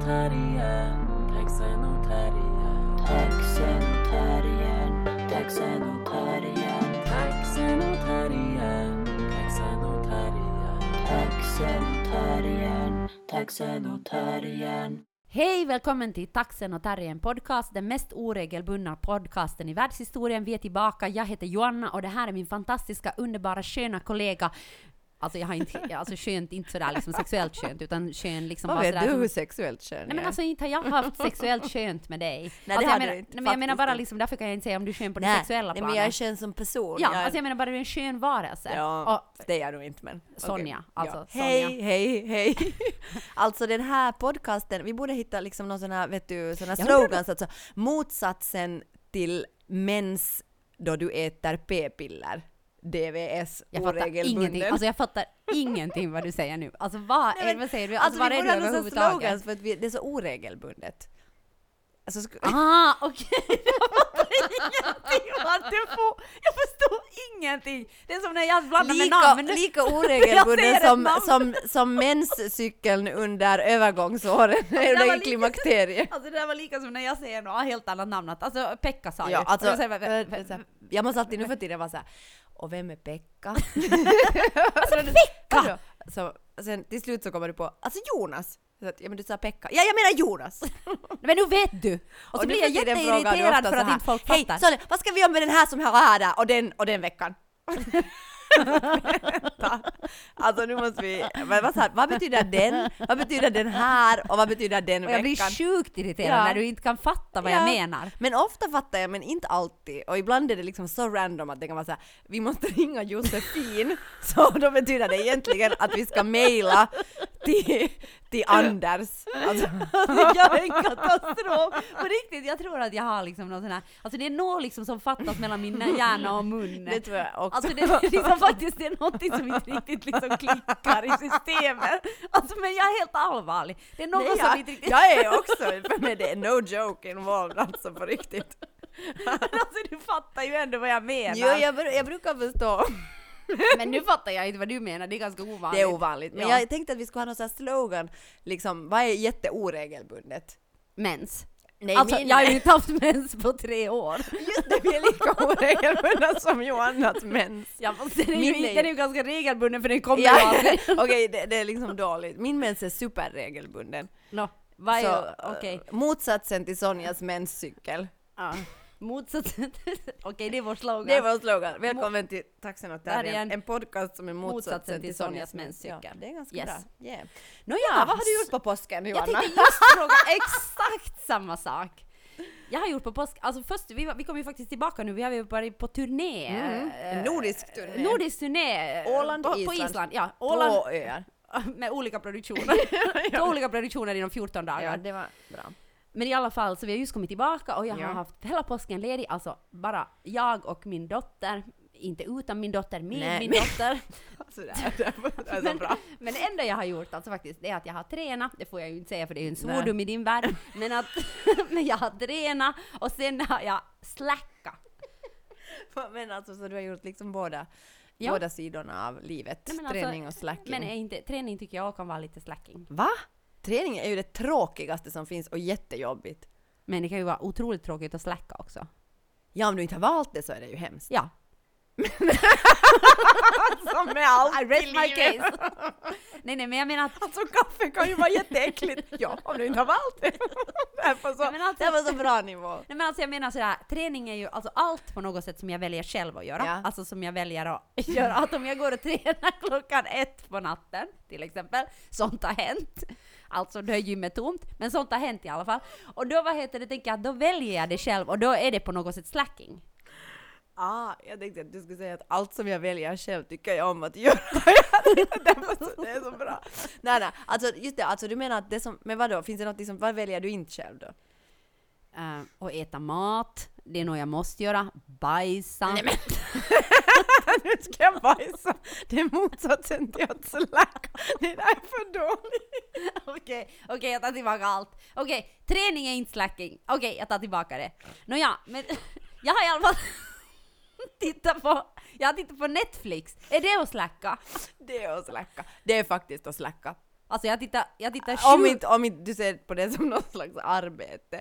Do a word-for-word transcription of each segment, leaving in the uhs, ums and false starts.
Taxenotarien, taxenotarien, taxenotarien, taxenotarien, taxenotarien, taxenotarien, taxenotarien, taxenotarien. Hej, välkommen till Taxenotarien podcast, den mest oregelbundna podcasten i världshistorien. Vi är tillbaka, jag heter Joanna och det här är min fantastiska, underbara, sköna kollega. Alltså jag har inte, alltså skönt, inte sådär liksom sexuellt skönt, utan skön liksom Vad bara vet sådär du som, hur sexuellt skön nej men är? alltså inte har jag haft sexuellt skönt med dig. Nej, Alltså, det jag hade menar, du inte, nej, men jag menar bara faktiskt liksom, därför kan jag inte säga om du är skön på det Nej, sexuella nej, planet. men jag är skön som person. Ja, jag, alltså jag menar bara du är en skön varelse. ja, Och det är jag nog inte, men Sonja, okej. alltså ja. Sonja. Hej, hej, hej. Alltså den här podcasten, vi borde hitta liksom någon sån här, vet du, sån här Jag slogans, alltså motsatsen till mens då du äter p-piller. D V S Jag fattar ingenting, oregelbunden. alltså jag fattar ingenting vad du säger nu. Alltså vad är, vad säger du? Alltså, Alltså vad vi är du borde ha någon sån överhuvudtaget? slogans för att vi, det är så oregelbundet. Alltså, sk- Ah, okej. Jag fattar ingenting vad du får. Jag förstår ingenting. Det är som när jag blandar med lika, namn. lika Jag oregelbunden säger ett som, namn. som, som menscykeln under övergångsåren där är var det i lika- klimakteriet. Alltså det där var lika som när jag säger något helt annat namn. Alltså Pekka sa Ja, ju. alltså, Och jag, säger, äh, äh, så här, jag måste alltid nu för tiden vara såhär, och vem är Pekka? alltså Pekka! Så, sen till slut så kommer du på, alltså Jonas. Så att, ja men du sa Pekka. Ja, jag menar Jonas. Men nu vet du. Och så nu blir jag för tiden frågar du jätteirriterad ofta för så att här, inte folk hej, fattar. Sonja, vad ska vi göra med den här som har här där och den och den veckan? Vänta. Alltså nu måste vi, men vad, så här, vad betyder den? Vad betyder den här? Och vad betyder den Och jag blir veckan? sjukt irriterad Ja. när du inte kan fatta vad Ja. jag menar. Men ofta fattar jag, men inte alltid. Och ibland är det liksom så random att det kan vara så här, vi måste ringa Josefin. Så då betyder det egentligen att vi ska mejla till, till Anders. Alltså, Jag är en katastrof. På riktigt, jag tror att jag har liksom någon sån här, alltså det är något liksom som fattas mellan min hjärna och mun. det tror jag också. Alltså det är liksom faktiskt det är något som inte riktigt liksom klickar i systemet. Alltså men jag är helt allvarlig. Det är något Nej, som jag, inte riktigt... jag är också, för mig det är no joke involved alltså på riktigt. Alltså du fattar ju ändå vad jag menar. Jo, jag, br- jag brukar förstå. Men nu fattar jag inte vad du menar, det är ganska ovanligt. Det är ovanligt. Men Ja. jag tänkte att vi skulle ha någon sån här slogan, liksom, vad är jätteoregelbundet? Mens. Nej, Alltså min- jag har ju inte haft mens på tre år. Just det, vi är lika oregelbundna som Johannas mens. Ja, fast den är, Min ju, är- den är ju ganska regelbunden för den kommer ju Ja, aldrig. okej, det, det är liksom dåligt. Min mens är superregelbunden. No, vad är Så, okej. eh, motsatsen till Sonjas menscykel. Ja. Motsatsen. Okej, det är vår slogan. Det är vår slogan. Välkommen till Taxenotarien, Tarien. en podcast som är motsatsen, Motsatsen till till Sonjas Sonjas menscykel. Ja, det är ganska Yes. bra. Yeah. Nåja, Ja, vad har du gjort på påsken, Jag Johanna? tänkte just fråga exakt samma sak. Jag har gjort på påsk, alltså först, vi, var- vi kommer ju faktiskt tillbaka nu, vi har ju varit på turné. Mm, en eh, nordisk turné. Nordisk turné. eh, Åland, på, på Island. Island. Ja, Åland Två öar. med olika produktioner. Två olika produktioner inom fjorton dagar. Ja, det var bra. Men i alla fall, så vi har just kommit tillbaka och jag Ja. har haft hela påsken ledig, alltså bara jag och min dotter, inte utan min dotter, med Nej, min men- dotter. Alltså, det, är, det är så Men, bra. men det enda jag har gjort alltså faktiskt, det är att jag har tränat, det får jag ju inte säga för det är ju en Nej. svordom i din värld, men att men jag har tränat och sen har jag släckat. Men alltså, så du har gjort liksom båda, Ja. båda sidorna av livet. Nej, men alltså, träning och slacking. Men är inte, träning tycker jag kan vara lite slacking. Va? Träning är ju det tråkigaste som finns och jättejobbigt. Men det kan ju vara otroligt tråkigt att släcka också. Ja, om du inte har valt det så är det ju hemskt. Ja. Som med allt I rest i my livet. case. nej, nej, men jag menar att Alltså kaffe kan ju vara jätteäckligt. Ja, om du inte har valt det. Det här var så, Ja, men alltså- det var så bra nivå. Nej men alltså jag menar sådär, träning är ju alltså allt på något sätt som jag väljer själv att göra. Ja. Alltså som jag väljer att göra. Att om jag går och tränar klockan ett på natten till exempel, sånt har hänt. Alltså då är gymmet tomt, men sånt har hänt i alla fall. Och då vad heter det, tänker jag att då väljer jag det själv och då är det på något sätt slacking. Ah, jag tänkte att du skulle säga att allt som jag väljer själv tycker jag om att göra. det, var så, det är så bra. Nej, nej, alltså just det, alltså du menar att det som, men vadå, finns det något liksom, vad väljer du inte själv då? Uh, och äta mat, det är något jag måste göra. Bajsa. Nej, men. Nu ska jag bajsa. Det är motsatsen till att slacka. Det där är för dåligt. Okej, okej, jag tar tillbaka allt. Okej, träning är inte slacking. Okej, jag tar tillbaka det. Nåja, men jag har i alla fall tittat på, jag har tittat på Netflix. Är det att slacka? Det är att slacka. Det är faktiskt att slacka. Alltså jag tittar, jag tittar Om sjukt... inte, om inte du ser på det som något slags arbete.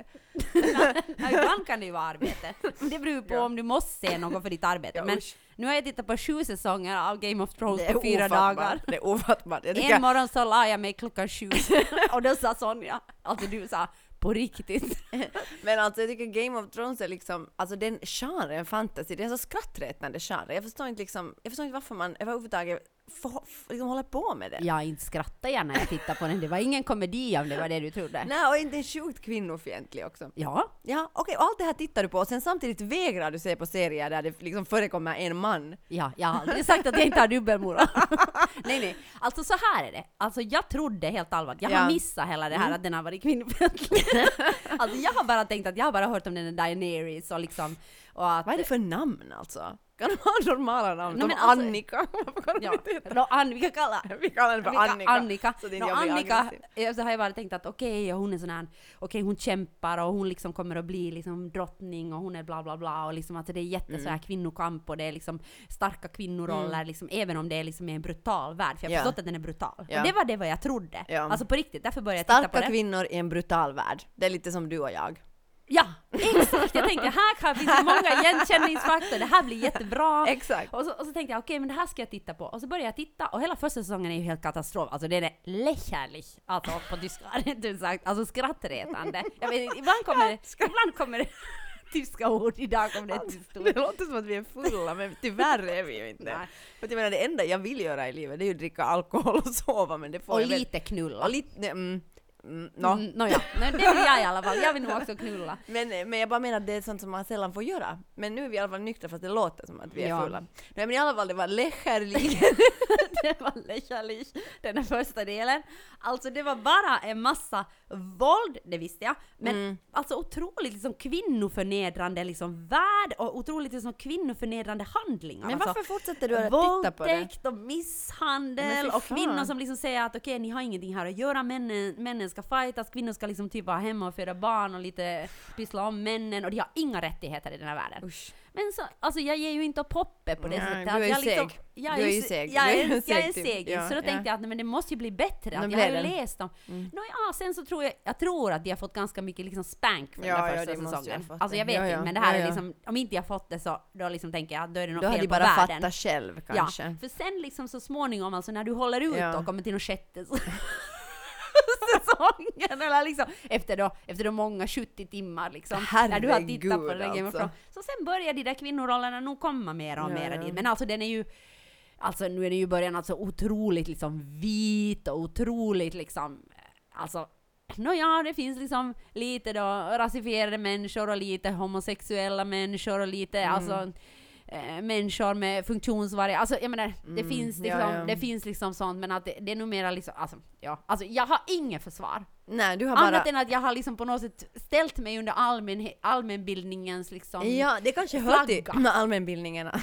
Ja, ibland kan det ju vara arbete. Det beror på Ja. om du måste se något för ditt arbete. Ja, Men usch. nu har jag tittat på sju säsonger av Game of Thrones Det är på fyra ofattbart. dagar. Det är ofattbart. Jag En tycker, morgon så la jag mig klockan sju och då sa Sonja, alltså du sa på riktigt. men alltså jag tycker Game of Thrones är liksom, alltså den genren fantasy, det är en så skrattretande genre. Jag förstår inte liksom, jag förstår inte varför man överhuvudtaget får, liksom håller på med det. Jag inte skrattade jag när jag tittade på den. Det var ingen komedi om det var det du trodde. Nej, och inte sjukt kvinnofientlig också. Ja, Ja, okej, och allt det här tittar du på och sen samtidigt vägrar du se på serier där det liksom förekommer en man. ja, jag har aldrig sagt att jag inte har dubbelmoral. nej, nej. Alltså så här är det. Alltså jag trodde helt allvarligt. Jag har Ja. missat hela det här Mm. att den har varit kvinnofientlig. alltså jag har bara tänkt att jag har bara hört om den där Daenerys och liksom och att Vad är det för namn alltså? Kan de ha normala namn? Nej, Som men alltså- Annika? Varför kan de ja, inte heta? då, An, vi kan kalla Vi kallar henne för vi kan- Annika. Annika. Så din Nå, jag blir Annika aggressiv. eh, så har jag bara tänkt att okej, och hon är sån här, okej hon kämpar och hon liksom kommer att bli liksom drottning och hon är bla bla bla och liksom att det är jätte Mm. så här kvinnokamp och det är liksom starka kvinnoroller Mm. liksom, även om det är liksom en brutal värld, för jag har Ja. förstått att den är brutal. Ja. Och det var det vad jag trodde. Ja. Alltså på riktigt, därför började jag titta på Starka det. kvinnor i en brutal värld. Det är lite som du och jag. Ja, exakt! Jag tänkte här kan finns det många igenkänningsfaktorer, det här blir jättebra. Exakt. Och så, och så tänkte jag, okej men det här ska jag titta på. Och så började jag titta och hela första säsongen är ju helt katastrof. Alltså det är lächerlig, alltså på tyska, rent ut sagt. Alltså skrattretande. Jag vet inte, ibland kommer det, ibland kommer det tyska ord, idag kommer det ett tyskt ord. Det låter som att vi är fulla, men tyvärr är vi ju inte. Nej. För jag menar, det enda jag vill göra i livet det är ju dricka alkohol och sova, men det får Och jag väl- lite knulla. Och lite, mm, mm, no. Mm, Nåja, no, det vill jag i alla fall. Jag vill nog också knulla. Men, men jag bara menar att det är sånt som man sällan får göra. Men nu är vi i alla fall nyktra fast det låter som att vi är Ja. fulla. Nej men i alla fall det var lächerligen. Det var lächerligt, den här första delen. Alltså det var bara en massa våld, det visste jag. Men Mm. alltså otroligt liksom kvinnoförnedrande liksom värld och otroligt liksom kvinnoförnedrande handlingar. Men alltså, varför fortsätter du att titta på det? våldtäkt och misshandel Men fy och fan. kvinnor som liksom säger att okej, ni har ingenting här att göra, männen, männen ska fightas, kvinnor ska liksom typ vara hemma och föda barn och lite pyssla om männen och de har inga rättigheter i den här världen. Usch. Men så, alltså jag ger ju inte upp hoppet på det Nej, sättet. du är att ju jag liksom, seg. Jag Du är ju se- seg. Jag Du är är, ju jag är seg, typ. seg. Ja, så då ja. tänkte jag att nej, men det måste ju bli bättre. Nu Att jag blev har ju det. läst dem. Mm. Nå ja, sen så tror jag, jag tror att de har fått ganska mycket liksom spank för Ja, den ja, första de måste ju ha säsongen. fått Alltså jag det. vet Ja, ja. inte, men det här Ja, är ja. liksom, om inte jag fått det så då liksom tänker jag att då är det något Då hade fel de på bara världen. fattat själv kanske. Ja, för sen liksom så småningom, alltså när du håller ut Ja. och kommer till något sjätte så säsongen eller liksom efter då, efter de många sjuttio timmar liksom när du har tittat på den Herregud, Game of alltså. Thrones. Så sen börjar de där kvinnorollerna nog komma mer och Ja, mer ja. dit. Men alltså den är ju alltså nu är det ju början alltså otroligt liksom vit och otroligt liksom alltså nåja, det finns liksom lite då rasifierade människor och lite homosexuella människor och lite Mm. alltså eh, människor med funktionsvariationer. Alltså jag menar, det Mm, finns ja, liksom, ja. det finns liksom sånt, men att det, det är nog mera liksom, alltså ja, alltså jag har inget försvar. Nej, du har bara... Annat än att jag har liksom på något sätt ställt mig under allmän, allmänbildningens liksom Ja, det kanske hör till flagga. med allmänbildningarna.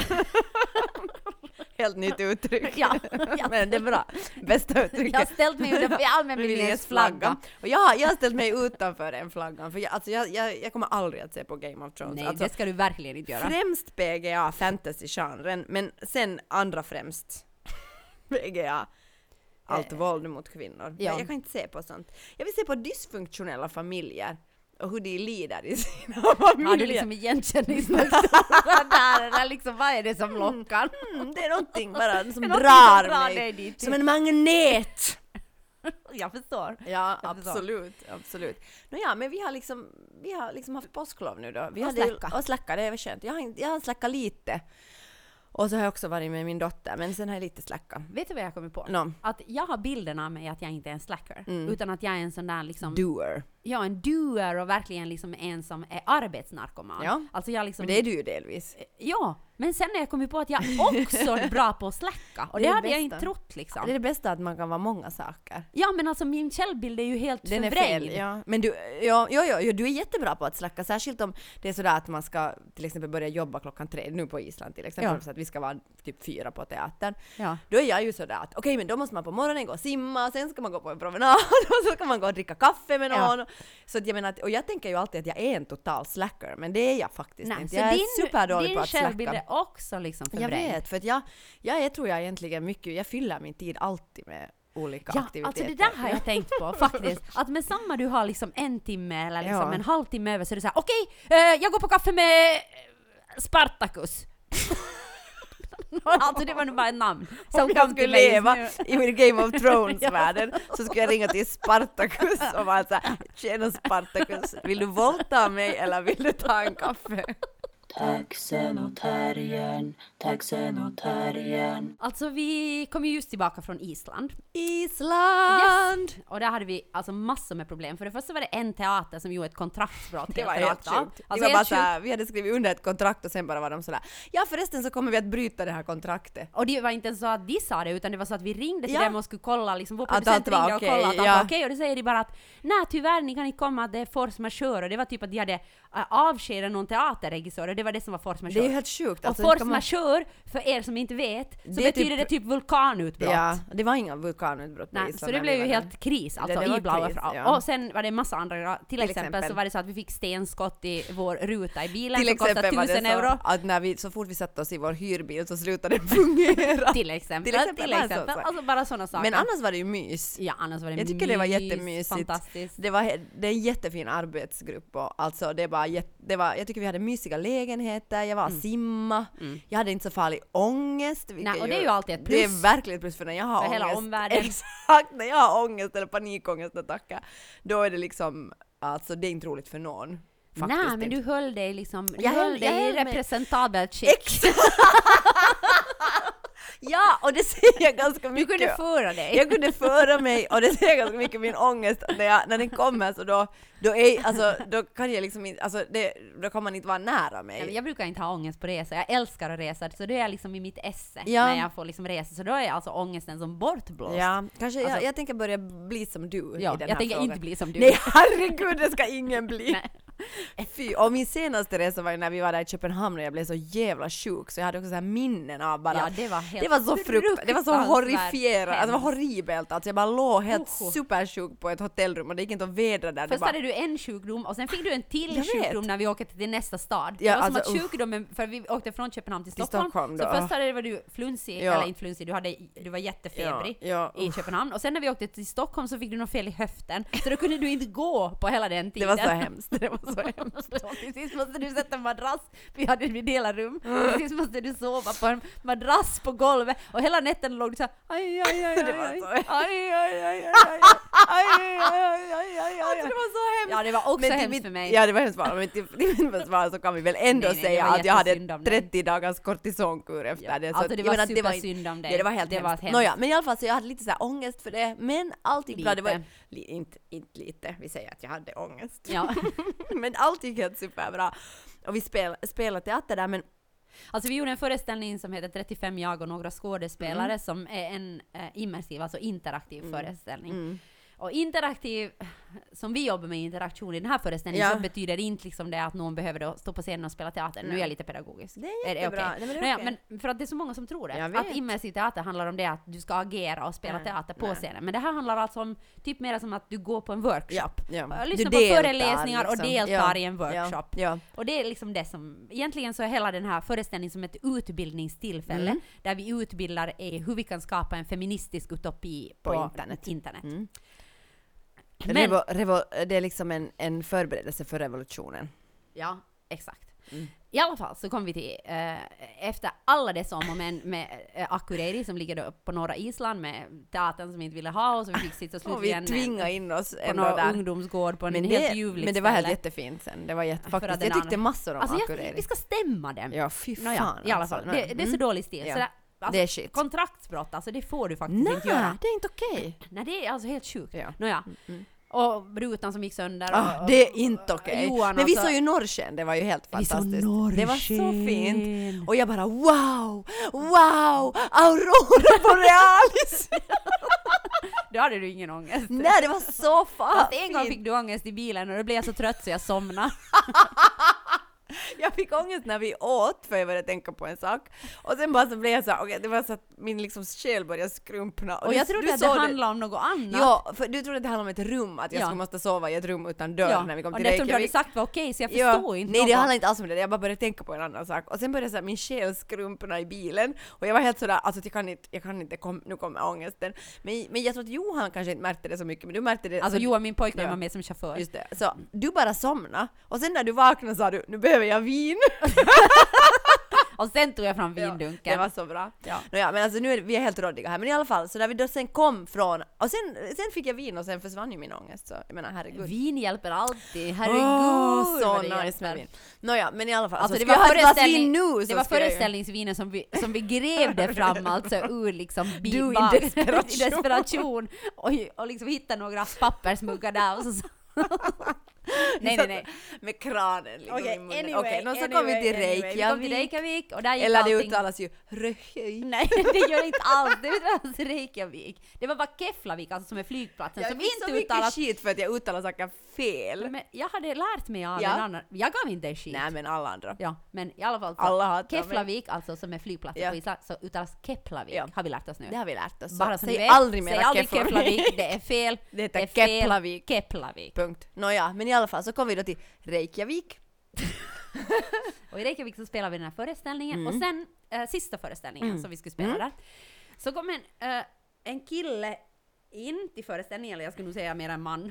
Helt nytt uttryck. Ja, ja. Men det är bra. Bästa uttrycket. Jag har ställt mig under allmänbildningens flagga. Och jag, har- jag har ställt mig utanför den flaggan. För jag, alltså jag, jag, jag kommer aldrig att se på Game of Thrones. Nej, alltså, det ska du verkligen inte göra. främst P G A, fantasy-genren. Men sen andra främst P G A. Allt Eh, våld mot kvinnor. ja. Jag, jag kan inte se på sånt. Jag vill se på dysfunktionella familjer. Och hur de lider i sina familjer. Har du liksom igenkänningsfaktorer där eller liksom vad är det som lockar? Mm, det är någonting bara som Det är någonting som drar drar mig. dig dit. Som en magnet. Jag förstår. Ja, Jag förstår. absolut, absolut. Nå ja, men vi har liksom, vi har liksom haft påsklov nu då. Vi Och hade ju- släcka. Och släcka, det var skönt. Jag har, inte- jag har släckat lite. Och så har jag också varit med min dotter, men sen har jag lite släcka. Vet du vad jag kommer på? No. Att jag har bilden av mig att jag inte är en slacker. Mm. Utan att jag är en sån där liksom... Doer. Ja, en doer och verkligen liksom en som är arbetsnarkoman. Ja. Alltså jag liksom... Men det är du ju delvis. Ja, men sen när jag kommit på att jag också är bra på att släcka. Och Det det, är hade jag bästa. inte trott liksom. Det är det bästa att man kan vara många saker. Ja, men alltså min källbild är ju helt Den är förvrängd. fel, ja. Men du, ja, ja, ja, ja, du är jättebra på att släcka, särskilt om det är sådär att man ska till exempel börja jobba klockan tre, nu på Island till exempel, Ja. så att vi ska vara typ fyra på teatern. Ja. Då är jag ju sådär att okej, men då måste man på morgonen gå och simma, sen ska man gå på en promenad och så ska man gå och dricka kaffe med någon. Ja. Så att jag menar, att- och jag tänker ju alltid att jag är en total slacker, men det är jag faktiskt Nej, inte. så Jag är din, superdålig din på att källbild släcka. är också liksom Jag förvrängd. vet, för att jag, jag är, tror jag egentligen mycket, jag fyller min tid alltid med olika Ja, aktiviteter. alltså det där har jag tänkt på faktiskt. Att med samma du har liksom en timme eller liksom Ja. en halvtimme över så är det så här: okej, eh, jag går på kaffe med eh, Spartacus. Alltså det var nu bara ett namn som Om jag kom till skulle mig just leva nu. i min Game of Thrones-världen så skulle jag ringa till Spartacus och vara såhär: tjena Spartacus, vill du våldta mig eller vill du ta en kaffe? Taxenotarien, taxenotarien. Alltså vi kom ju just tillbaka från Island. Island! Och där hade vi alltså massor med problem. För det första var det en teater som gjorde ett kontraktsbrott. Det var helt rakt av. sjukt. Alltså det var bara helt sjukt. såhär, vi hade skrivit under ett kontrakt och sen bara var de sådär: ja förresten så kommer vi att bryta det här kontraktet. Och det var inte så att de sa det, utan det var så att vi ringde till Ja. dem och skulle kolla, liksom vår Att allt producent var ringde och okej, kollade att allt ja. var okej, och då säger de bara att nej tyvärr ni kan inte komma, att det är force majeure, och det var typ att de hade äh, avskedat någon teaterregissör och det var det som var force Det är majeure. ju helt sjukt. Och Alltså, force ska man- majeure, för er som inte vet, så Det är betyder typ- det typ vulkanutbrott. Ja, det var inga vulkanutbrott på Nej, Island så det när blev vi ju var där. helt kris alltså Det- det var i Blaue kris, Frau. ja. Och sen var det en massa andra, till, Till exempel, exempel. så var det så att vi fick stenskott i vår ruta i bilen Till som kostade exempel var det tusen så euro. att när vi, så fort vi satte oss i vår hyrbil så slutade det fungera. Till exempel. Till exempel, Till bara exempel. så- så. Alltså bara sådana saker. Men annars var det ju mys. Ja, annars var det Jag tycker det var mys, jättemysigt. fantastiskt. Det var he- det är en jättefin arbetsgrupp och alltså det var, jätte, det var jag tycker vi hade mysiga lägenheter, jag var simma, Mm. jag hade inte så farlig ångest. vilket Nej, och det är ju alltid ett Det är plus. verkligen ett plus för när jag har För ångest. hela omvärlden. Exakt, när jag har ångest eller panikångest att tacka, då är det liksom, alltså det är inte roligt för någon. Faktiskt Nej, men inte. du höll dig liksom, du Jag höll höll- dig jag i höll mig- representabelt skick. Exakt! Ja, och det säger ganska Du mycket. kunde föra dig. Jag kunde föra mig och det säger ganska mycket min ångest när, jag, när den kommer, så då, då, är, alltså, då kan jag liksom inte, alltså det, då kan man inte vara nära mig. Nej, men jag brukar inte ha ångest på resa, jag älskar att resa, så det är liksom i mitt esse Ja. när jag får liksom resa, så då är alltså ångesten som bortblåst. Ja, kanske Alltså- jag, jag tänker börja bli som du Ja, i den jag här tänker frågan. inte bli som du. Nej, herregud, det ska ingen bli. Nej. Fy, och min senaste resa var ju när vi var där i Köpenhamn och jag blev så jävla sjuk, så jag hade också så här minnen av bara Ja, det var helt det var så fruktansvärt, det var så fruktansvärt horrifierande, alltså det var hemskt. horribelt, alltså jag bara låg helt Usch. supersjuk på ett hotellrum och det gick inte att vädra där. Det Först bara, hade du en sjukdom och sen fick du en till Jag vet. sjukdom när vi åkte till nästa stad. Ja, det var som alltså, att usch. sjukdomen, för vi åkte från Köpenhamn till Till Stockholm, Stockholm så då. först hade var du flunsig, Ja. eller inte flunsig, du, hade, du var jättefebrig Ja, ja, i Köpenhamn, och sen när vi åkte till Stockholm så fick du något fel i höften, så då kunde du inte gå på hela den det tiden. var så hemskt, det var så hemskt. Till sist måste du sätta en madrass, vi hade vi delat rum, och till sist måste du sova på en madrass på golvet, och hela natten låg du såhär aj, aj, aj, Det aj, var aj, så aj, aj, aj, aj, aj, aj, aj, aj, aj, aj, Alltså det var så hemskt. Ja, det var också Men till hemskt mitt- för mig. Ja, det var hemskt, men till, till mitt försvar så kan vi väl ändå Nej, nej, det säga var att jag hade jättesynd om dig. trettio dagars kortisonkur efter Ja, det. Så alltså att det jag var menar att inte- supersynd om dig. Ja, det var helt Det var hemskt. hemskt. Nåja, men i alla fall så jag hade lite så här ångest för det, men allt gick bra. Det var, Lite. li, inte, inte lite, vi säger att jag hade ångest. Ja. Men allt gick helt superbra. Och vi spel, spelade teater där, men Alltså vi gjorde en föreställning som heter trettiofem jag och några skådespelare som är en eh, immersiv, alltså interaktiv föreställning. mm. Och interaktiv, som vi jobbar med interaktion i den här föreställningen, Ja. så betyder det inte liksom det att någon behöver då stå på scenen och spela teater. Nu är jag lite pedagogisk. Det är jättebra. okej? Nej, men det är Nåja, okej. men för att det är så många som tror det. Jag Att vet. immersiv teater handlar om det att du ska agera och spela Nej, teater på nej. scenen. Men det här handlar alltså om typ mer som att du går på en workshop. ja, ja. Lyssna Du på deltar, föreläsningar och liksom. deltar Ja, i en workshop. Ja, ja. Och det är liksom det som, egentligen så är hela den här föreställningen som ett utbildningstillfälle, Mm. där vi utbildar i hur vi kan skapa en feministisk utopi på, På internet. internet. Mm. Men, Revo, revo, det är liksom en, en förberedelse för revolutionen. ja, exakt. Mm. I alla fall så kom vi till, eh, efter alla dessa om och men med eh, Akureyri som ligger då på norra Island med teatern som vi inte ville ha, och så vi fick sitta Och vi slutligen tvingade in oss på ändå någon där. ungdomsgård på en Men helt det, ljuvligt men det var helt ställe. jättefint sen. Det var jätte, För att faktiskt, den jag tyckte andra- massor om Alltså jag, Akureyri. vi ska stämma dem. Ja, fy fan. Nåja, i alla fall. alltså. Det, det är så Mm. dålig stil. Ja. Så det, alltså, Det är shit. kontraktsbrott, alltså det får du faktiskt Nej, inte göra. det är inte okej. Nej, det är alltså helt sjukt. Ja. Nåja. Mm. Och rutan som gick sönder. och, Ah, och, det är inte okej. Johan, Men vi alltså- såg ju Norrsken, det var ju helt Vi såg fantastiskt. Norrsken. Det var så fint. Och jag bara wow, wow, Aurora Borealis! Då hade du ingen ångest. Nej, det var så fan Fast en gång fint. fick du ångest i bilen och då blev jag så trött så jag somnade. Jag fick ångest när vi åt för jag började tänka på en sak. Och sen bara så blev jag så här, okej, det var så att min liksom själ började skrumpna. Och jag trodde att det handlade om något annat. Ja, för du trodde att det handlade om ett rum, att jag Ja. skulle måste sova i ett rum utan dörr Ja, när vi kom och till det som du hade Reykjavik. sagt var okej, så jag Ja. förstår inte Nej, det något. handlar inte alls om det. Jag bara började tänka på en annan sak. Och sen började så här, min själ skrumpna i bilen. Och jag var helt sådär, alltså att jag kan inte, jag kan inte, kom, nu kommer ångesten. Men, men jag tror att Johan kanske inte märkte det så mycket, men du märkte det. Alltså så, Johan, min pojkvän, Ja. var med som chaufför. Just det. Så du bara somna. Och sen när du vaknade sa du, nu behöver jag vin. Och sen tog jag fram Ja, vindunken. det var så bra. Ja. Nåja, men alltså nu är vi är helt råddiga här. Men i alla fall, så när vi då sen kom från, och sen, sen fick jag vin och sen försvann ju min ångest. Så jag menar, herregud. Vin hjälper alltid, herregud. Åh, så vad det nice hjälper. med vin. Nåja, men i alla fall. Alltså, Alltså, det ska var, jag ha ett glas föreställning, vin nu, det så var ska jag ju- föreställningsvinen som vi, som vi grävde fram alltså ur liksom bi- Du i bak- desperation. i desperation och, och liksom hittade några pappersmuggar där och så, så. nej, nej, nej. Med kranen liksom Okej, i munnen. anyway, Okej, nå så anyway, kom vi till anyway. Vi kom till Reykjavik. Reykjavik och där gick Eller det allting... uttalas ju Reykjavik. Nej, det gör inte alls. Det uttalas Reykjavik. Det var bara Keflavik, alltså som är flygplatsen, Jag som fick så inte mycket uttalas... skit för att jag uttalar saker fel. Men jag hade lärt mig av Ja. en annan... Jag gav inte en skit. Nej, men alla andra. Ja, men i alla fall så... Alla hatar mig. Keflavik, alltså som är flygplatsen Ja. på Island, så uttalas Keplavik, Ja. har vi lärt oss nu. Det har vi lärt oss. Bara så säg ni vet, aldrig mer säg aldrig Keflavik. Keflavik, det är fel. Det heter är fel. Keplavik. Keplavik. Punkt. Nåja, men i alla fall så kom vi då till Reykjavik. Och i Reykjavik så spelade vi den här föreställningen Mm. och sen äh, sista föreställningen Mm. som vi skulle spela Mm. där, så kom en, äh, en kille in till föreställningen, eller jag skulle nog säga mer en man.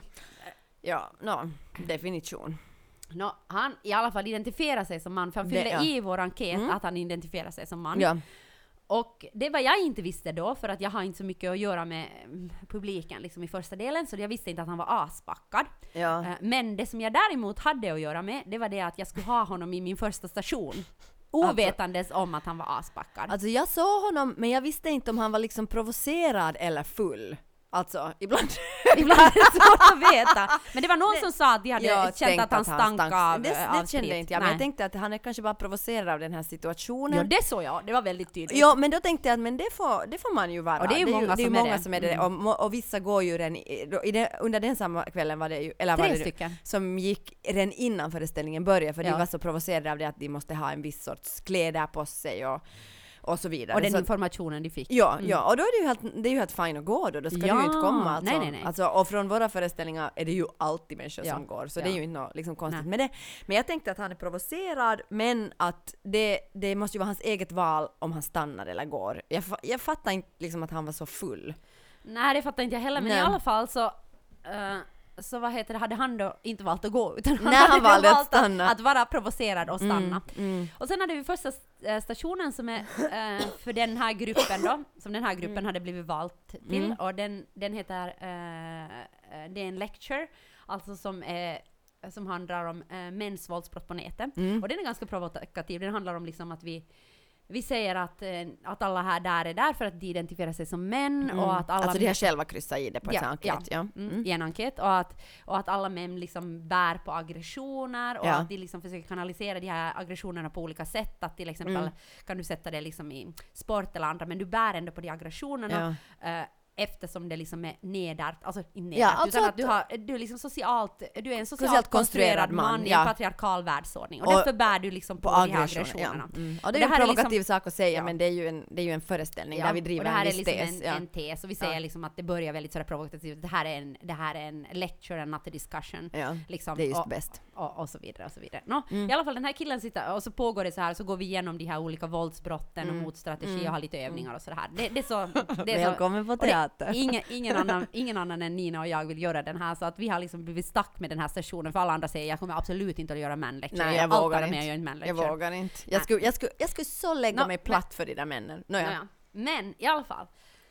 Ja, no, definition. Nå, han i alla fall identifierar sig som man, för han Det- fyllde ja. i vår enkät Mm. att han identifierar sig som man. Ja. Och det var jag inte visste då, för att jag har inte så mycket att göra med mm, publiken liksom i första delen, så jag visste inte att han var aspackad. Ja. Eh, Men det som jag däremot hade att göra med, det var det att jag skulle ha honom i min första station. Ovetandes om att han var aspackad. Alltså jag såg honom, men jag visste inte om han var liksom provocerad eller full. Alltså, ibland... Ibland är det svårt att veta. Men det var någon som sa att de hade Jag känt tänkte att han stank av Det, eh, av det kände sprit. inte jag, men Nej. jag tänkte att han är kanske bara provocerad av den här situationen. Ja, det såg jag. Det var väldigt tydligt. Ja, men då tänkte jag att men det, får, det får man ju vara. Och det är ju många det är ju som är många det. som är det. Mm. Och, må- och vissa går ju redan i, då, i det, under den samma kvällen var det ju, eller var Tre det stycken. som gick redan innan föreställningen började, för Ja. de var så provocerade av det att de måste ha en viss sorts kläder på sig och, och så vidare. Och den så, informationen de fick. Ja, Mm. ja, och då är det ju helt, det är ju helt fint att gå då, då ska Ja, du ju inte komma alltså. nej, nej, nej. Alltså, och från våra föreställningar är det ju alltid människor Ja, som går, så ja. det är ju inte något liksom konstigt Nej. med det. Men jag tänkte att han är provocerad, men att det, det måste ju vara hans eget val om han stannar eller går. Jag, fa- jag fattar inte liksom att han var så full. Nej, det fattar inte jag heller, men Nej. i alla fall så... eh, så vad heter det, hade han då inte valt att gå, utan han Nej, han hade valde att valt stanna. att vara provocerad och stanna. Mm, mm. Och sen hade vi första eh, stationen som är eh, för den här gruppen då, som den här gruppen Mm. hade blivit valt till, Mm. och den, den heter, eh, eh, det är en lecture, alltså som är som handlar om eh, mäns våldsbrott på nätet. Mm. Och den är ganska provokativ, den handlar om liksom att vi vi säger att, eh, att alla här där är där för att de identifierar sig som män Mm. och att alla Alltså de har själva kryssat i det på Ja, ett enkät. Ja. Mm, Mm. i en enkät, och att, och att alla män liksom bär på aggressioner och Ja. att de liksom försöker kanalisera de här aggressionerna på olika sätt, att till exempel Mm. kan du sätta det liksom i sport eller andra, men du bär ändå på de aggressionerna eh, eftersom det liksom är nedärvt, alltså inte nedärvt, Ja, alltså utan att- att du, har, du är liksom socialt, du är en socialt, Socialt konstruerad konstruerad man, man, i ja. en patriarkal världsordning, och, Och därför bär du liksom på, På de här aggressioner, aggressionerna. ja. Mm. Och Och det är det ju en här är provokativ liksom- sak att säga, Ja. men det är ju en, det är ju en föreställning där vi driver och det här en är viss liksom tes. en, Ja. en tes, och vi säger Ja. liksom att det börjar väldigt sådär provokativt. Det här är en, det här är en lecture and not a discussion. Ja. Liksom, Det är just och, bäst. Och, och så vidare och så vidare. Nå, Mm. i alla fall den här killen sitter, och så pågår det så här, så går vi igenom de här olika våldsbrotten Mm. och motstrategi Mm. och har lite övningar och så här. Det, det är så... Det är så Välkommen på och det- teater. Ingen, ingen, annan, ingen annan än Nina och jag vill göra den här, så att vi har liksom blivit stack med den här sessionen, för alla andra säger jag kommer absolut inte att göra man-lecture. Nej, gör jag allt vågar annat, men inte. jag gör inte Jag man-lecture. vågar inte. Nej. Jag skulle, jag skulle, jag skulle så lägga Nå, mig platt för de där männen. Nåja. Nåja. Men i alla fall.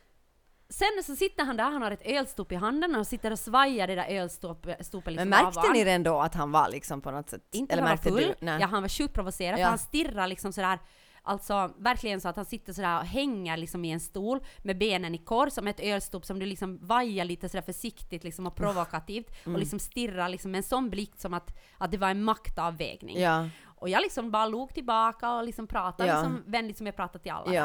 Sen så sitter han där, han har ett ölstop i handen och sitter och svajar det där ölstopet liksom Men märkte av ni ändå att han var liksom på något sätt? Inte eller vara märkte full. du? Nej. Ja, han var sjukt provocerad, Ja. för han stirrar liksom sådär, alltså verkligen så att han sitter sådär och hänger liksom i en stol med benen i kors som ett ölstop som du liksom vajar lite sådär försiktigt liksom och provokativt Mm. och liksom stirrar liksom med en sån blick som att, att det var en maktavvägning. Ja. Och jag liksom bara log tillbaka och liksom pratade Ja. liksom vänligt som jag pratat till alla. Ja. här.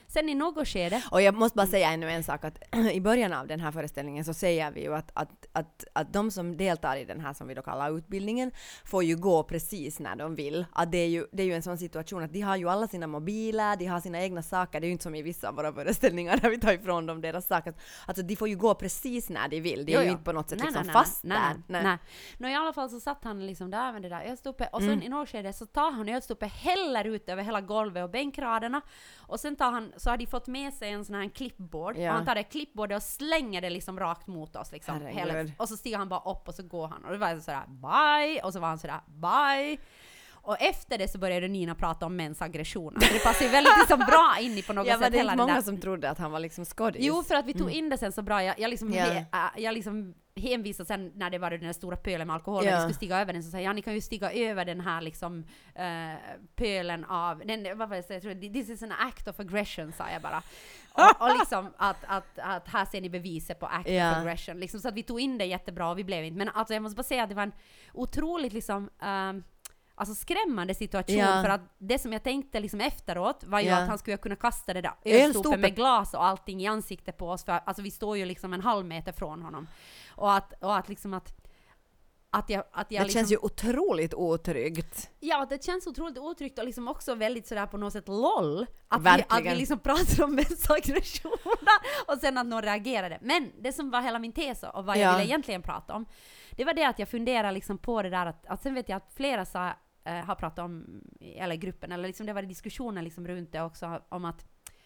sen i något skede... Och jag måste bara säga ännu en sak, att i början av den här föreställningen så säger vi ju att, att, att, att de som deltar i den här som vi då kallar utbildningen får ju gå precis när de vill. Att det är ju, det är ju en sån situation att de har ju alla sina mobiler, de har sina egna saker, det är ju inte som i vissa av våra föreställningar där vi tar ifrån dem deras saker. Alltså de får ju gå precis när de vill, det är Jo, ju jo. inte på något sätt Nej, liksom nej, fast nej, där. nej, nej. Nå, i alla fall så satt han liksom där med det där ölstoppet och sen Mm. i något skede så tar han ölstoppet, häller ut över hela golvet och bänkraderna och sen tar han, så har de fått med sig en sån här klippbord Ja. och han tar det klippbordet och slänger det liksom rakt mot oss liksom. Herregud. Hela, och så stiger han bara upp och så går han och det var sådär bye och så var han sådär bye. Och efter det så började Nina prata om mäns aggressioner. Så det passar ju väldigt liksom bra in i på något Ja, sätt. men det är hela inte den många där. som trodde att han var liksom skådis. Jo, för att vi tog in det sen så bra. Jag, jag liksom, Ja. he, äh, jag liksom hänvisade sen när det var den där stora pölen med alkohol Ja. när vi skulle stiga över den så sa jag, ja, ni kan ju stiga över den här liksom äh, pölen av, den, vad var det, jag tror, this is an act of aggression, sa jag bara. Och, och liksom att, att, att här ser ni beviset på act Ja. of aggression. Liksom, så att vi tog in det jättebra och vi blev inte. Men alltså jag måste bara säga att det var en otroligt liksom um, alltså skrämmande situation, Ja. för att det som jag tänkte liksom efteråt var ju Ja. att han skulle kunna kasta det där Ölstopet. ölstopet med glas och allting i ansiktet på oss, för alltså vi står ju liksom en halv meter från honom. Och att, och att liksom att att jag, att jag Det liksom, känns ju otroligt otryggt. ja, det känns otroligt otryggt och liksom också väldigt sådär på något sätt LOL. Att vi, Verkligen. att vi liksom pratar om mensaggressioner och sen att någon reagerade. Men det som var hela min tes och vad jag Ja. ville egentligen prata om, det var det att jag funderar liksom på det där att, att sen vet jag att flera sa, eh, har pratat om, eller gruppen, eller liksom det var diskussioner liksom runt det också om att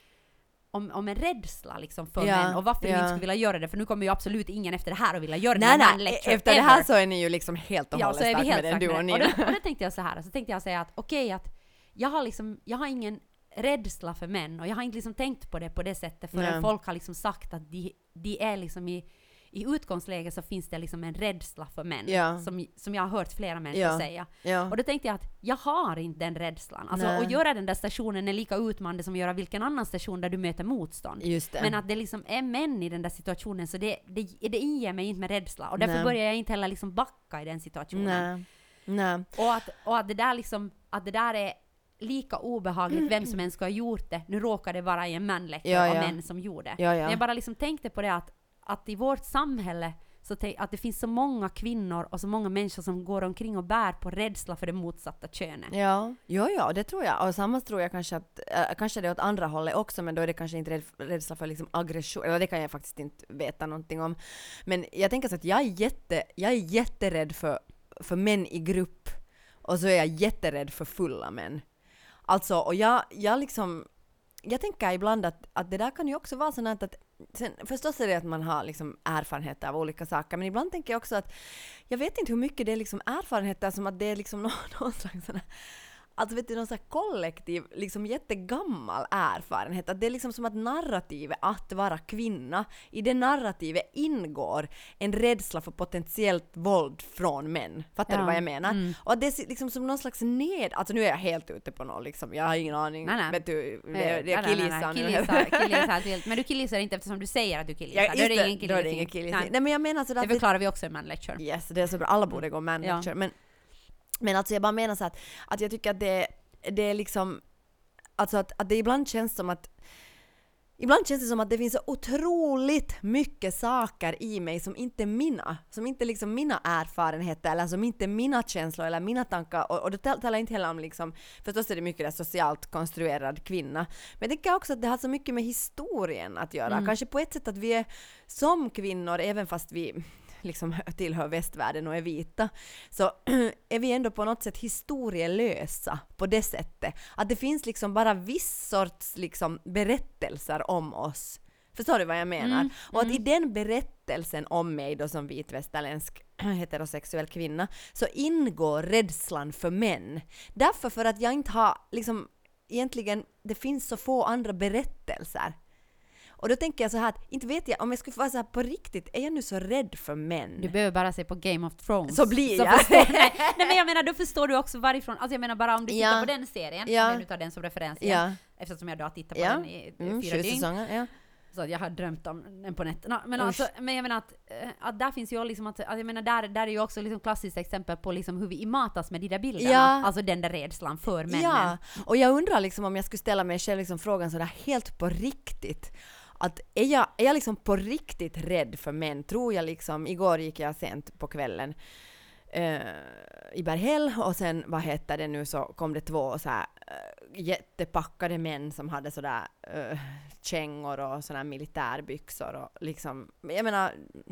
Om, om en rädsla liksom för Ja, män och varför ja. de inte skulle vilja göra det, för nu kommer ju absolut ingen efter det här och vilja göra Nej, det. nej, efter det här så är ni ju liksom helt och Ja, hållet så är vi stark helt med den, du starka och med det. Nina. Och då, och då tänkte jag så här, så tänkte jag säga att okej, att jag har liksom, jag har ingen rädsla för män och jag har inte liksom tänkt på det på det sättet förrän Nej. folk har liksom sagt att de, de är liksom i, i utgångsläget så finns det liksom en rädsla för män Ja. som, som jag har hört flera människor Ja. säga. Ja. Och då tänkte jag att jag har inte den rädslan. Alltså Nej. att göra den där stationen är lika utmanande som att göra vilken annan station där du möter motstånd. Just det. Men att det liksom är män i den där situationen, så det, det, det inger mig inte med rädsla. Och därför Nej. börjar jag inte heller liksom backa i den situationen. Nej. Nej. Och att, och att det där liksom, att det där är lika obehagligt vem som än ska ha gjort det. Nu råkar det vara i en manlektor Ja, av ja. män som gjorde det. Ja, ja. Men jag bara liksom tänkte på det att, att i vårt samhälle så te- att det finns så många kvinnor och så många människor som går omkring och bär på rädsla för det motsatta könet. Ja, ja, ja, det tror jag. Och samma tror jag kanske att, äh, kanske det är åt andra hållet också, men då är det kanske inte rädd, rädsla för liksom aggression, eller det kan jag faktiskt inte veta någonting om. Men jag tänker så att jag är, jätte, jag är jätterädd för, för män i grupp, och så är jag jätterädd för fulla män. Alltså, och jag, jag liksom, jag tänker ibland att, att det där kan ju också vara sånt att, sen, förstås är det att man har liksom erfarenheter av olika saker, men ibland tänker jag också att jag vet inte hur mycket det är liksom erfarenheter som att det är liksom någon, någon slags sån här, alltså vet du, någon sån här kollektiv, liksom jättegammal erfarenhet. Att det är liksom som att narrativet att vara kvinna, i det narrativet ingår en rädsla för potentiellt våld från män. Fattar Ja. du vad jag menar? Mm. Och att det är liksom som någon slags ned, alltså nu är jag helt ute på något liksom, jag har ingen aning. Nej, nej. Vet du, det, Nej, det är nej, nej, killgissar nej, nu. killgissar, killgissar helt vilt. Men du killgissar inte eftersom du säger att du killgissar. Ja, då är det just ingen då är det killgissning. ingen killgissning. Nej. Nej, men jag menar sådär Det att det, förklarar vi också i man lecture. yes, det är så bra. Alla borde gå man Ja. lecture. Men, men alltså jag bara menar så att, att jag tycker att det, det är liksom, alltså att, att det ibland känns som att Ibland känns det som att det finns så otroligt mycket saker i mig som inte är mina. Som inte liksom mina erfarenheter eller som inte är mina känslor eller mina tankar. Och, och då talar jag inte heller om liksom, förstås är det mycket där socialt konstruerad kvinna. Men jag tänker också att det har så mycket med historien att göra. Mm. Kanske på ett sätt att vi är som kvinnor, även fast vi liksom tillhör västvärlden och är vita, så är vi ändå på något sätt historielösa på det sättet. Att det finns liksom bara viss sorts liksom berättelser om oss. Förstår du vad jag menar? Mm, Och att mm. i den berättelsen om mig då som vit västerländsk heterosexuell kvinna så ingår rädslan för män. Därför för att jag inte har liksom egentligen, det finns så få andra berättelser. Och då tänker jag så här att, inte vet jag, om jag skulle vara så här på riktigt, är jag nu så rädd för män? Du behöver bara se på Game of Thrones. Så blir jag. förstår, nej, nej men jag menar, då förstår du också varifrån, alltså jag menar bara om du tittar Ja. på den serien, Ja. om jag nu tar den som referens igen, Ja. eftersom jag då har tittat på Ja. den i Mm, fyra sju dygn. säsonger, ja. så att jag har drömt om den på nätterna. Men, alltså, men jag menar att, att där finns ju liksom att, att jag menar där, där är ju också liksom klassiskt exempel på liksom hur vi matas med de där bilderna. Ja. Alltså den där rädslan för männen. Ja, och jag undrar liksom om jag skulle ställa mig själv liksom frågan sådär helt på riktigt. Att är jag, är jag liksom på riktigt rädd för män? Tror jag liksom, igår gick jag sent på kvällen uh, i Berghäll och sen, vad heter det nu, så kom det två så här uh, jättepackade män som hade sådär uh, kängor och sådana militärbyxor och liksom, jag menar,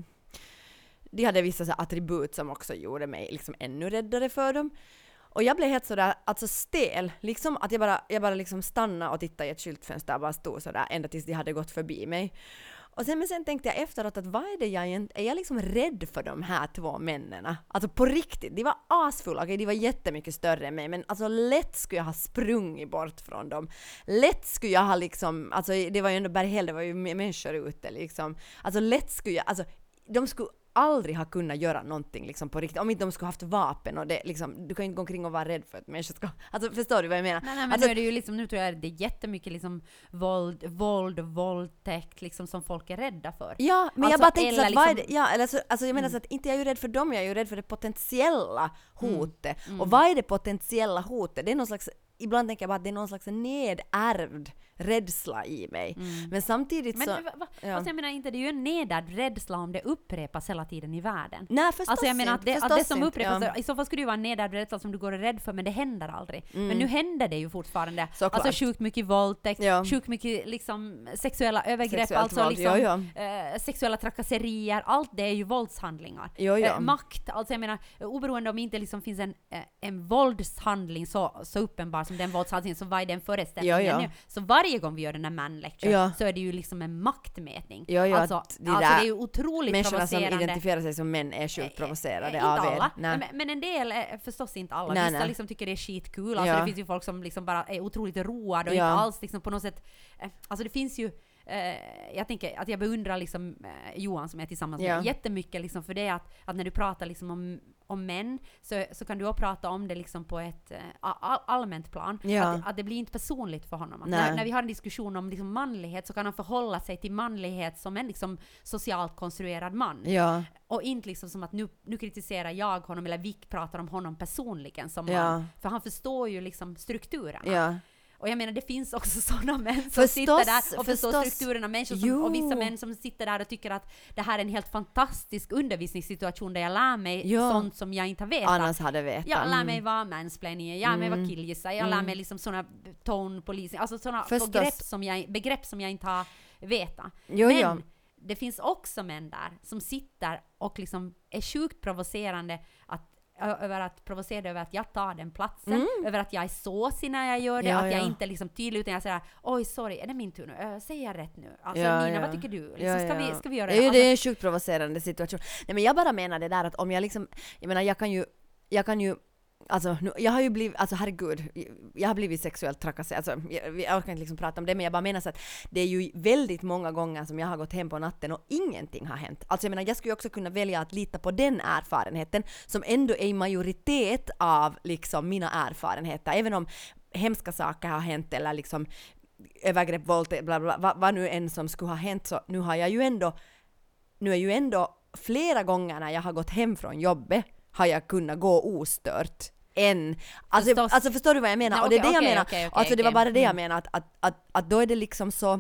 de hade vissa så här attribut som också gjorde mig liksom ännu räddare för dem. Och jag blev helt sådär, alltså stel, liksom att jag bara, jag bara liksom stannade och tittade i ett skyltfönster och bara stod sådär ända tills de hade gått förbi mig. Och sen, men sen tänkte jag efteråt att vad är det jag är, är jag liksom rädd för de här två männen? Alltså på riktigt, de var asfulla, okay? De var jättemycket större än mig, men alltså lätt skulle jag ha sprungit bort från dem. Lätt skulle jag ha liksom, alltså det var ju ändå Berghäll, det var ju människor ute liksom. Alltså lätt skulle jag, alltså de skulle aldrig ha kunnat göra någonting liksom på riktigt om inte de skulle haft vapen och det liksom, du kan ju inte gå omkring och vara rädd för att människor ska, alltså förstår du vad jag menar? Nej, nej men alltså, nu är det ju liksom, nu tror jag det är jättemycket liksom våld, våld, våldtäkt liksom som folk är rädda för. Ja, men alltså, jag bara tänkte så att liksom, vad är det, ja, eller så, alltså jag menar mm. så att inte jag är ju rädd för dem, jag är ju rädd för det potentiella hotet. Mm. Mm. Och vad är det potentiella hotet? Det är någon slags, ibland tänker jag bara att det är någon slags nedärvd rädsla i mig. Mm. Men samtidigt men, så... Va, va, ja. alltså jag menar inte, det är ju en nedärvd rädsla om det upprepas hela tiden i världen. Nej, förstås alltså jag menar att det, inte, att det som upprepas, ja. I så fall skulle det ju vara en nedärvd rädsla som du går och rädd för, men det händer aldrig. Mm. Men nu händer det ju fortfarande. Såklart. Alltså sjukt mycket våldtäkt, ja. sjukt mycket liksom sexuella övergrepp, Sexuellt alltså våld. liksom ja, ja. eh, sexuella trakasserier, allt det är ju våldshandlingar. Jo, ja. Eh, makt, alltså jag menar, oberoende om inte liksom finns en, eh, en våldshandling så, så uppenbar som den våldshandlingen, så vad är den föreställningen ja, ja. nu? Så varje gång vi gör den här man-lecture ja. så är det ju liksom en maktmätning. Ja, ja, alltså, det, alltså det är ju otroligt människorna provocerande. som identifierar sig som män är sjukt provocerade eh, av inte er. alla, Nej. men, men en del är förstås inte alla. Nej, Vissa nej. liksom tycker det är skitkul. Alltså ja. det finns ju folk som liksom bara är otroligt roade och ja. inte alls liksom på något sätt. Eh, alltså det finns ju Uh, jag tänker att jag beundrar liksom uh, Johan som är tillsammans ja. med jättemycket liksom för det att, att när du pratar liksom om, om män så, så kan du också prata om det liksom på ett uh, all, allmänt plan. Ja. Att, att det blir inte personligt för honom. Att när, när vi har en diskussion om liksom manlighet så kan han förhålla sig till manlighet som en liksom socialt konstruerad man. Ja. Och inte liksom som att nu, nu kritiserar jag honom eller vi pratar om honom personligen som ja. man. För han förstår ju liksom strukturerna. Ja. Och jag menar, det finns också sådana män som förstås, sitter där och förstår förstås. strukturerna. Människor som, och vissa män som sitter där och tycker att det här är en helt fantastisk undervisningssituation där jag lär mig jo. sånt som jag inte har vetat. Annars hade vetat. Jag lär mm. mig vad mansplaining är, jag lär mig mm. vad killgissa, jag mm. lär mig liksom sådana tone policing, alltså sådana Förstås. begrepp som, jag, begrepp som jag inte har vetat. Jo, Men jo. det finns också män där som sitter och liksom är sjukt provocerande att över att provocera över att jag tar den platsen, mm. över att jag är såsig när jag gör det, ja, att jag ja. inte liksom tydlig utan jag säger oj sorry, är det min tur nu? Äh, säger jag rätt nu? Alltså ja, Nina, ja. vad tycker du? Liksom, ja, ska, ja. vi, ska vi göra det? det? Är Alltså, det är en sjukt provocerande situation. Nej, men jag bara menar det där att om jag liksom, jag menar jag kan ju, jag kan ju Alltså, nu, jag har ju blivit, alltså herregud, jag har blivit sexuellt trakasserad, alltså, jag, jag orkar inte liksom prata om det, men jag bara menar så att det är ju väldigt många gånger som jag har gått hem på natten och ingenting har hänt. Alltså jag menar, jag skulle ju också kunna välja att lita på den erfarenheten som ändå är i majoritet av liksom mina erfarenheter, även om hemska saker har hänt eller liksom övergrepp, våld, bla bla, vad, vad nu än som skulle ha hänt, så nu har jag ju ändå, nu är ju ändå flera gånger när jag har gått hem från jobbet har jag kunnat gå ostört än. Alltså, alltså förstår du vad jag menar? Nej, och det är okay, det jag okay, menar. okay, okay, alltså det var okay. bara det jag mm. menar att, att, att, att då är det liksom så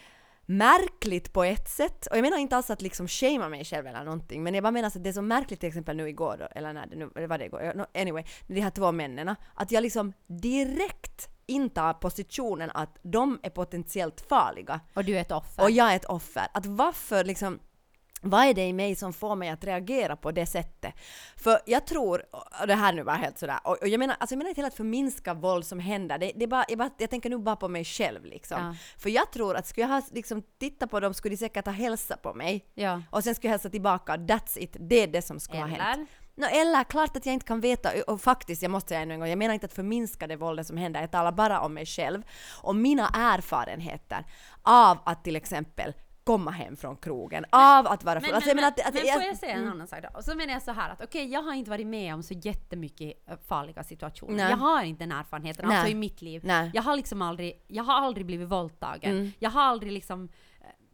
märkligt på ett sätt. Och jag menar inte alls att liksom shama mig själv eller någonting, men jag bara menar att det är så märkligt till exempel nu igår då, eller när det nu eller vad det igår. No, anyway, de här två männen, att jag liksom direkt intar positionen att de är potentiellt farliga. Och du är ett offer. Och jag är ett offer. Att varför liksom, vad är det i mig som får mig att reagera på det sättet? För jag tror, och det här nu var helt sådär, och, och jag menar, alltså jag menar inte heller att förminska våld som händer, det, det är bara, jag, bara, jag tänker nu bara på mig själv liksom. Ja. För jag tror att skulle jag ha liksom tittat på dem skulle de säkert ha hälsa på mig. Ja. Och sen skulle jag hälsa tillbaka, that's it, det är det som skulle Eller? ha hänt. No, eller klart att jag inte kan veta, och faktiskt, jag måste säga ännu en gång, jag menar inte att förminska det våldet som händer, jag talar bara om mig själv och mina erfarenheter av att till exempel komma hem från krogen, av att vara full. Men, alltså, men, men, att, att, men jag, får jag säga en mm. annan sak då? Och så menar jag så här att okej, okay, jag har inte varit med om så jättemycket farliga situationer. Nej. Jag har inte den erfarenheten, Nej. alltså i mitt liv. Nej. Jag har liksom aldrig, jag har aldrig blivit våldtagen. Mm. Jag har aldrig liksom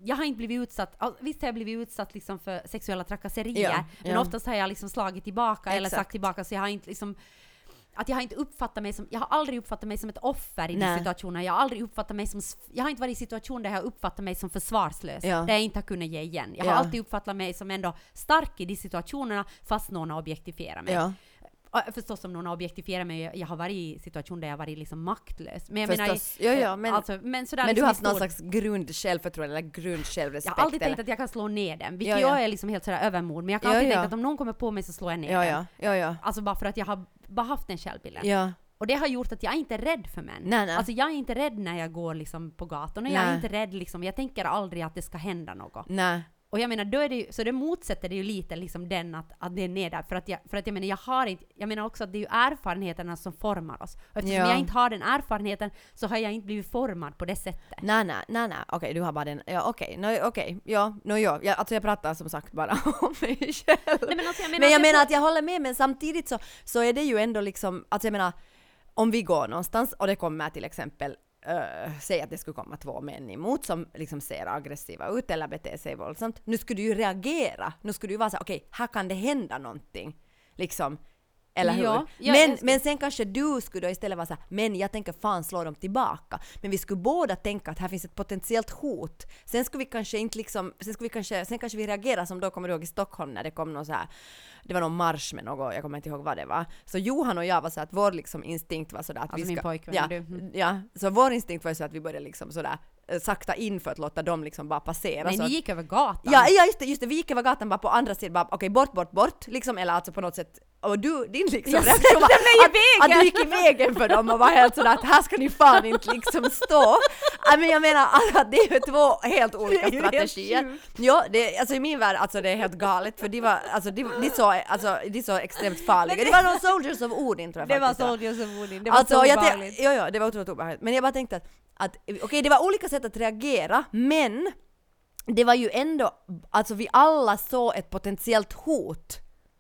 jag har inte blivit utsatt, alltså, visst har jag blivit utsatt liksom för sexuella trakasserier, Ja, men ja. oftast har jag liksom slagit tillbaka eller Exakt. sagt tillbaka, så jag har inte liksom att jag har inte uppfattat mig som, jag har aldrig uppfattat mig som ett offer i Nej. de situationerna. Jag har aldrig uppfattat mig som, jag har inte varit i situationer där jag har uppfattat mig som försvarslös. Ja. Där jag inte har kunnat ge igen. Jag har Ja. alltid uppfattat mig som ändå stark i de situationerna fast någon har objektifierat mig. Ja. Och förstås som någon har objektifierat mig, jag har varit i situationer där jag har varit liksom maktlös. Men jag Förstås. menar, Ja, ja, men- alltså, men, sådär Men du liksom har i haft någon stor- slags grund självförtroende eller grund självrespekt. Jag har alltid tänkt eller? att jag kan slå ner den, vilket Ja, ja. jag är liksom helt sådär övermod. Men jag kan Ja, alltid ja. tänka att om någon kommer på mig så slår jag ner Ja, den. ja, ja, ja. Alltså bara för att jag har bara haft den självbilden. Ja. Och det har gjort att jag är inte rädd för män. Nej, nej. Alltså jag är inte rädd när jag går liksom på gatan. Och jag är Nej. inte rädd liksom, jag tänker aldrig att det ska hända något. Nej. Och jag menar, då är det ju, så det motsätter det ju lite liksom den att, att det är ner där. För att, jag, för att jag menar, jag har inte, jag menar också att det är ju erfarenheterna som formar oss. Och eftersom Ja. jag inte har den erfarenheten så har jag inte blivit formad på det sättet. Nej, nej, nej, nej. Okej, du har bara den. Ja, okej. No, okej. Ja, no, ja. Jag, alltså jag pratar som sagt bara om mig själv. Nej, men alltså, jag menar, Men jag att menar tror- att jag håller med, men samtidigt så, så är det ju ändå liksom, alltså jag menar, om vi går någonstans och det kommer till exempel, uh, säg att det skulle komma två män emot som liksom ser aggressiva ut eller beter sig våldsamt, nu skulle du ju reagera, nu skulle du ju vara så okej, okay, här kan det hända någonting, liksom. Eller hur? Ja, ja, men, jag ska- men sen kanske du skulle då istället vara så här, men jag tänker fan slå dem tillbaka. Men vi skulle båda tänka att här finns ett potentiellt hot. Sen skulle vi kanske inte liksom, sen skulle vi kanske, sen kanske vi reagerar som då, kommer du ihåg i Stockholm när det kom någon så här, det var någon marsch med något, jag kommer inte ihåg vad det var. Så Johan och jag var så att vår liksom instinkt var sådär att Alltså vi min ska... pojkvän, ja, du. Mm. ja, så vår instinkt var ju så att vi började liksom sådär eh, sakta in för att låta dem liksom bara passera. Nej, så ni att, gick över gatan. Ja, ja just, det, just det, vi gick över gatan bara på andra sidan, bara okej okay, bort, bort, bort, liksom, eller alltså på något sätt, och du, din liksom Jag reaktion var ställde mig i att, vägen. att du gick i vägen för dem och var helt sådär att här ska ni fan inte liksom stå. Ja, men jag menar att det är ju två helt olika Det är ju helt strategier. sjukt. Ja, det, alltså i min värld, alltså det är helt galet, för de var, alltså de, de, så, alltså, de är så extremt farliga. Det var någon Soldiers of Odin tror jag Det var faktiskt. Soldiers of Odin. Det var Alltså, så jag obehagligt. tänkte, ja, ja, det var otroligt obehagligt. Men jag bara tänkte att, att okej, okay, det var olika sätt att reagera, men det var ju ändå, alltså vi alla såg ett potentiellt hot.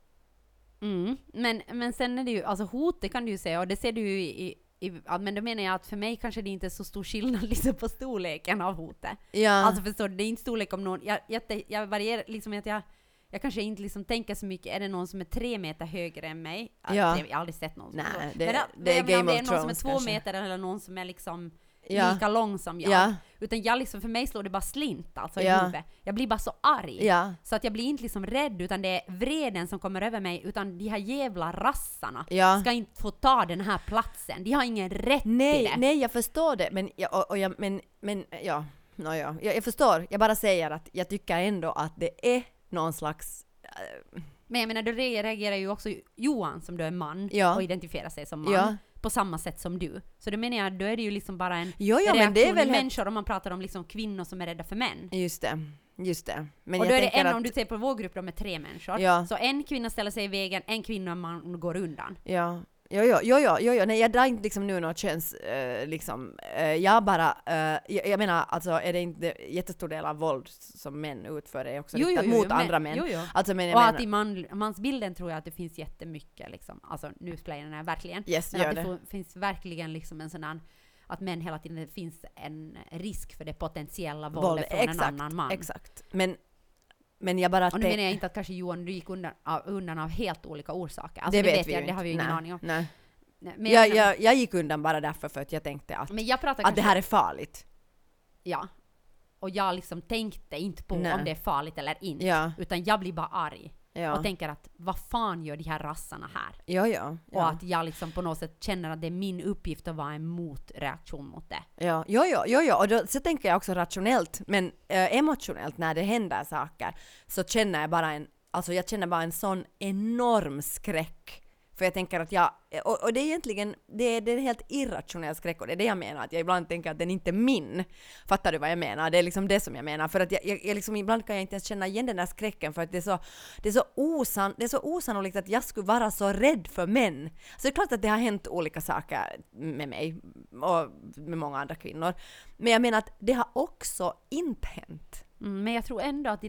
Mm. Men, men sen är det ju, alltså hot det kan du ju säga, och det ser du ju i, i, i ja, men då menar jag att för mig kanske det inte är så stor skillnad liksom på storleken av hotet. Ja. Alltså förstår du, det är inte storlek om någon, jag, jag, jag varierar liksom att jag, jag kanske inte liksom tänker så mycket, är det någon som är tre meter högre än mig? Att Ja. det, jag har aldrig sett någon som Nej, så. det- men, det är jag menar, om Game det är of någon som är Thrones två kanske. meter eller någon som är liksom Ja. lika lång som jag. Ja. Utan jag liksom, för mig slår det bara slint alltså i Ja. huvudet. Jag blir bara så arg. Ja. Så att jag blir inte liksom rädd, utan det är vreden som kommer över mig, utan de här jävla rassarna Ja. ska inte få ta den här platsen. De har ingen rätt till Nej, det. nej, jag förstår det, men, jag, och, och jag, men, men ja, no, ja. Jag, jag förstår, jag bara säger att jag tycker ändå att det är någon slags, äh, Men jag menar, då reagerar ju också Johan som då är man Ja. och identifierar sig som man Ja. på samma sätt som du. Så då menar jag, då är det ju liksom bara en Jo, jo, reaktion men det är i väl helt- människor om man pratar om liksom kvinnor som är rädda för män. just det, just det. Men Och jag då är det tänker en, att, om du ser på vår grupp, de är tre människor. Ja. Så en kvinna ställer sig i vägen, en kvinna och man går undan. ja, jo, jo, jo, jo, jo, jo, nej, jag drar inte liksom nu något köns, eh, liksom, eh, jag bara, eh, jag, jag menar, alltså är det inte jättestor del av våld som män utför är också Jo, riktat jo, jo, mot men- andra män. jo, jo. Alltså, men jag Och menar, att i man, mansbilden tror jag att det finns jättemycket liksom, alltså nu spelar jag den här verkligen, Yes, men gör att det, det. får- finns verkligen liksom en sån här, att män hela tiden, det finns en risk för det potentiella våldet våld, från exakt, en annan man. exakt. Men, men jag bara Och nu tänk- menar jag inte att kanske Johan, du gick undan av, undan av helt olika orsaker. Alltså, det, vet vi jag, ju det har vi ju inte. ingen Nej, aning om. Nej. Nej, Men Jag, jag, jag, jag gick undan bara därför för att jag tänkte att, men jag pratar att kanske, det här är farligt. ja. Och jag liksom tänkte inte på Nej. om det är farligt eller inte. Ja. Utan jag blir bara arg. Ja. Och tänker att vad fan gör de här rassarna här? Ja, ja. Och ja. att jag liksom på något sätt känner att det är min uppgift att vara en motreaktion mot det. Ja, jo, jo, jo, jo. Och då, så tänker jag också rationellt, men äh, emotionellt när det händer saker så känner jag bara en, alltså jag känner bara en sån enorm skräck. För jag tänker att jag, och, och det är egentligen, det är, det är en helt irrationell skräck och det är det jag menar, att jag ibland tänker att den inte är min. Fattar du vad jag menar? Det är liksom det som jag menar. För att jag, jag, jag liksom, ibland kan jag inte ens känna igen den där skräcken för att det är så, det är så, osan, det är så osannolikt att jag skulle vara så rädd för män. Så det är klart att det har hänt olika saker med mig och med många andra kvinnor. Men jag menar att det har också inte hänt. Mm, men jag tror ändå att i det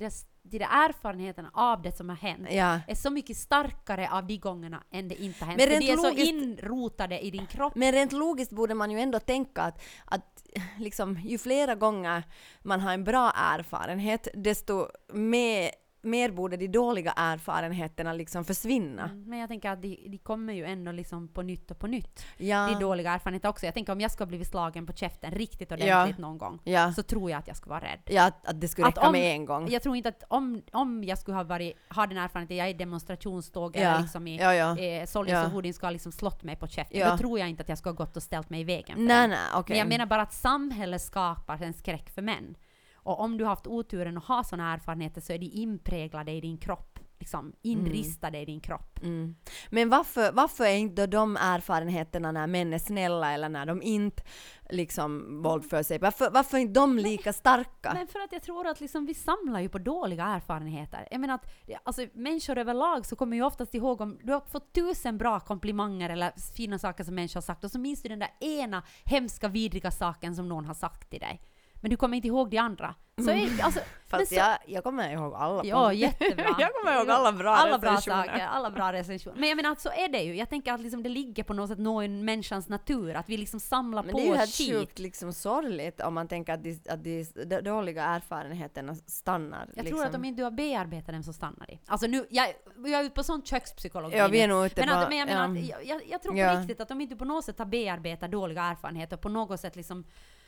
de där erfarenheterna av det som har hänt Ja. är så mycket starkare av de gångerna än det inte har hänt. Men För rent de är så logiskt- inrotade i din kropp. Men rent logiskt borde man ju ändå tänka att, att liksom, ju flera gånger man har en bra erfarenhet, desto mer, mer borde de dåliga erfarenheterna liksom försvinna. Mm, men jag tänker att de, de kommer ju ändå liksom på nytt och på nytt. Ja. De dåliga erfarenheter också. Jag tänker om jag ska bli slagen på käften riktigt ordentligt Ja. någon gång, Ja. så tror jag att jag ska vara rädd. Ja, att, att det skulle Att räcka om- med en gång. Jag tror inte att om, om jag skulle ha varit, ha den erfarenheten, jag är i demonstrationståg Ja. eller liksom i Ja, ja. eh, Sollis Ja. och Hoodin ska ha liksom slått mig på käften, Ja. då tror jag inte att jag ska ha gått och ställt mig i vägen för Nej, den. nej, okej. Men jag menar bara att samhället skapar en skräck för män. Och om du har haft oturen att ha sådana erfarenheter så är de inpräglade i din kropp. Liksom inristade i din kropp. Mm. Men varför, varför är inte de erfarenheterna när män är snälla eller när de inte liksom våldför sig, varför, varför är inte de lika starka? Men för att jag tror att liksom vi samlar ju på dåliga erfarenheter. Jag menar att alltså, människor överlag så kommer ju oftast ihåg om du har fått tusen bra komplimanger eller fina saker som människor har sagt och så minns du den där ena hemska vidriga saken som någon har sagt till dig. Men du kommer inte ihåg de andra. Så är, alltså, men Fast så, jag, jag kommer ihåg alla. ja, jättebra. Jag kommer ihåg alla bra alla bra recensioner. saker, alla bra recensioner. Men jag menar att så är det ju. Jag tänker att liksom det ligger på något sätt nå en människans natur att vi liksom samlar Men på det är ju helt skit. sjukt liksom sorgligt om man tänker att de, att de, de dåliga erfarenheterna stannar. Jag liksom. tror att om inte du har bearbetat dem så stannar de. Alltså nu, jag, jag är ute på sån kökspsykologi Ja, vi är nu. nog ute men, på... att, men jag menar ja. att jag, jag, jag tror på Ja. riktigt att om inte på något sätt har bearbetat dåliga erfarenheter på något sätt liksom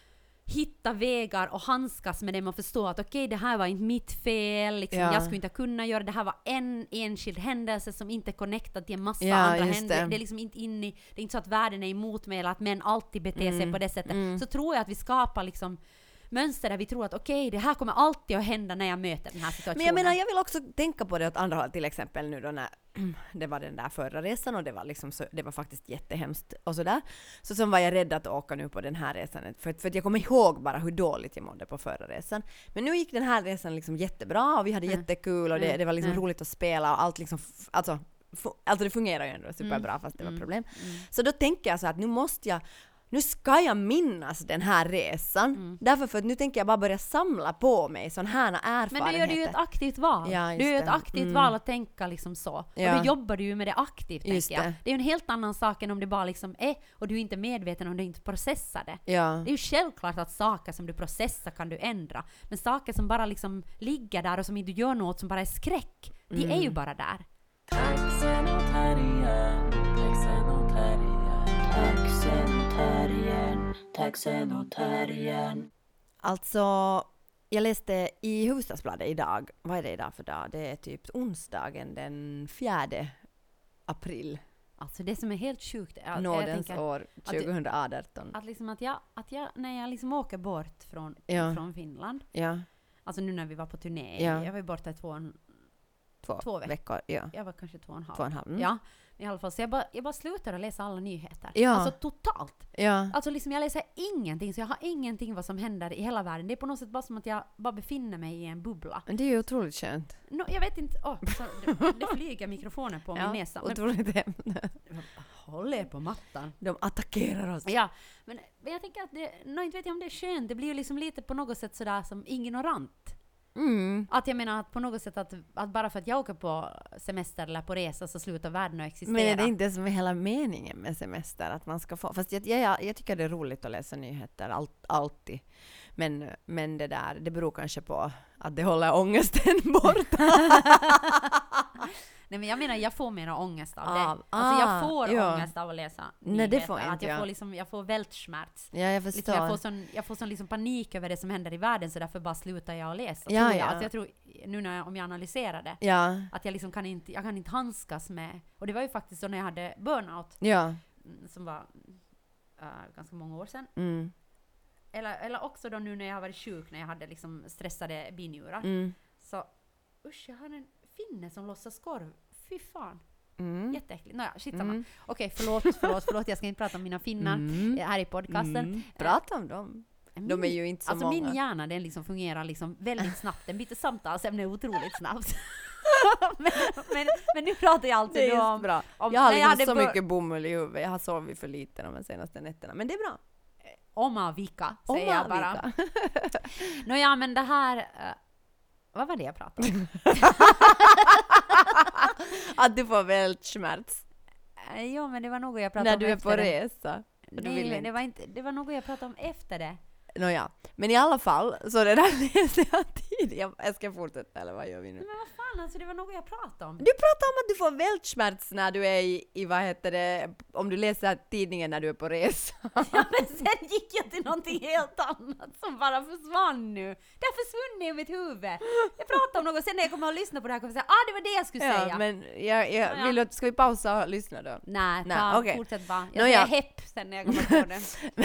hitta vägar och handskas med dem och förstå att okej, okay, det här var inte mitt fel, liksom, Ja. jag skulle inte kunna göra det, här var en enskild händelse som inte är connectad till en massa Ja, andra just händelser. det. Det är liksom inte in i, det är inte så att världen är emot mig eller att män alltid beter sig Mm. på det sättet. Mm. Så tror jag att vi skapar liksom mönster där vi tror att okej, okay, det här kommer alltid att hända när jag möter den här situationen. Men jag menar, jag vill också tänka på det åt andra hållet, till exempel nu då när det var den där förra resan och det var liksom så, det var faktiskt jättehemskt och sådär. Så som var jag rädd att åka nu på den här resan, för, för att jag kommer ihåg bara hur dåligt jag mådde på förra resan. Men nu gick den här resan liksom jättebra och vi hade Mm. jättekul och det, Mm. det var liksom Mm. roligt att spela och allt liksom, f- alltså, f- alltså det fungerar ju ändå superbra fast det var Mm. problem. Mm. Så då tänker jag så att nu måste jag nu ska jag minnas den här resan. Mm. Därför för att nu tänker jag bara börja samla på mig sådana här erfarenheter. Men då gör du ju ett aktivt val. Ja, just du gör ett det. aktivt Mm. val att tänka liksom så. Ja. Och då jobbar du ju med det aktivt, Just tänker jag. det. Det är ju en helt annan sak än om det bara liksom är och du är inte medveten om du inte processar det. Ja. Det är ju självklart att saker som du processar kan du ändra. Men saker som bara liksom ligger där och som inte gör något, som bara är skräck, de Mm. är ju bara där. Taxen och terriern, taxen och terriern, taxen och terriern, taxen och terriern. Alltså, jag läste i Hufvudstadsbladet idag. Vad är det idag för dag? Det är typ onsdagen den fjärde april. Alltså det som är helt sjukt är att jag Nådens tänker år tjugohundraarton. att, liksom att, jag, att jag, när jag liksom åker bort från, Ja. från Finland, Ja, alltså nu när vi var på turné, Ja. jag var ju borta i två, en- två, Två veckor. veckor. Ja. jag var kanske två och en halv. Två och en halv. Mm. Ja, i alla fall. Så jag bara, jag bara slutade läsa alla nyheter. Ja. Alltså totalt. Ja. Alltså liksom jag läser ingenting, så jag har ingenting vad som händer i hela världen. Det är på något sätt bara som att jag bara befinner mig i en bubbla. Men det är ju otroligt skönt. No, jag vet inte, åh, så det, det flyger mikrofoner på min näsa. Men, otroligt hemskt. håll er på mattan. De attackerar oss. Ja, men, men jag tänker att det, no, inte vet jag om det är skönt. Det blir ju liksom lite på något sätt sådär som ignorant. Mm. Att jag menar att på något sätt att, att bara för att jag åker på semester eller på resa så slutar världen att existera. Men är det inte det som är hela meningen med semester? Att man ska få... Fast jag, jag, jag tycker det är roligt att läsa nyheter, allt, alltid. Men, men det där, det beror kanske på att det håller ångesten borta. Nej men jag menar jag får mera ångest av det. Av- Alltså jag ah, får ja. ångest av att läsa Nej, det får Att inte jag jag. får liksom, jag får vältschmerz. Ja, jag Liksom förstår. jag får sån, jag får sån liksom panik över det som händer i världen, så därför bara slutar jag att läsa. Ja, tror jag. ja. Alltså jag tror, nu när jag, om jag analyserar det, Ja, att jag liksom kan inte, jag kan inte handskas med, och det var ju faktiskt så när jag hade burnout, ja. mm, som var äh, ganska många år sedan. Mm. Eller, eller också då nu när jag har varit sjuk, när jag hade liksom stressade binjurar. Mm. Så, usch, jag har en finne som lossar korv. Fy fan. Mm. Jätteäckligt. Nåja, shit samma. Mm. Okej, förlåt, förlåt, förlåt. Jag ska inte prata om mina finnar Mm. eh, här i podcasten. Mm. Prata om dem. Min- De är ju inte så alltså många. min hjärna, den liksom fungerar liksom väldigt snabbt. Den byter samtalsämne otroligt snabbt. men, men, men nu pratar jag alltså Det är då just om... bra. om Jag har när liksom hade så bör- mycket bomull i huvudet. Jag har sovit för lite de senaste nätterna. Men det är bra. Oma vika, säger jag bara. Vika. Nåja, men det här... eh, Vad var det jag pratade om? Att du får vältsmärts Eh, Jo, men det var något jag pratade när om du är efter på det. resa. Du vill Nej, inte. det var, inte, det var något jag pratade om efter det. Nåja, men i alla fall så det där läser jag tid. Jag, jag ska fortsätta, eller vad gör vi nu? Men vad fan, alltså det var något jag pratade om. Du pratar om att du får vältsmärts när du är i, i, vad heter det, om du läser tidningen när du är på resa. Ja, men sen gick jag till någonting helt annat som bara försvann nu. Det har försvunnit i mitt huvud. Jag pratade om något, sen när jag kommer att lyssna på det här kommer jag säga, ah det var det jag skulle säga. Ja, men jag, jag Ja, ja. vill du att, ska vi pausa och lyssna då? Nej, Nej, ta, okej. fortsätt bara. Jag Nå, säger ja. hepp sen när jag kommer på det.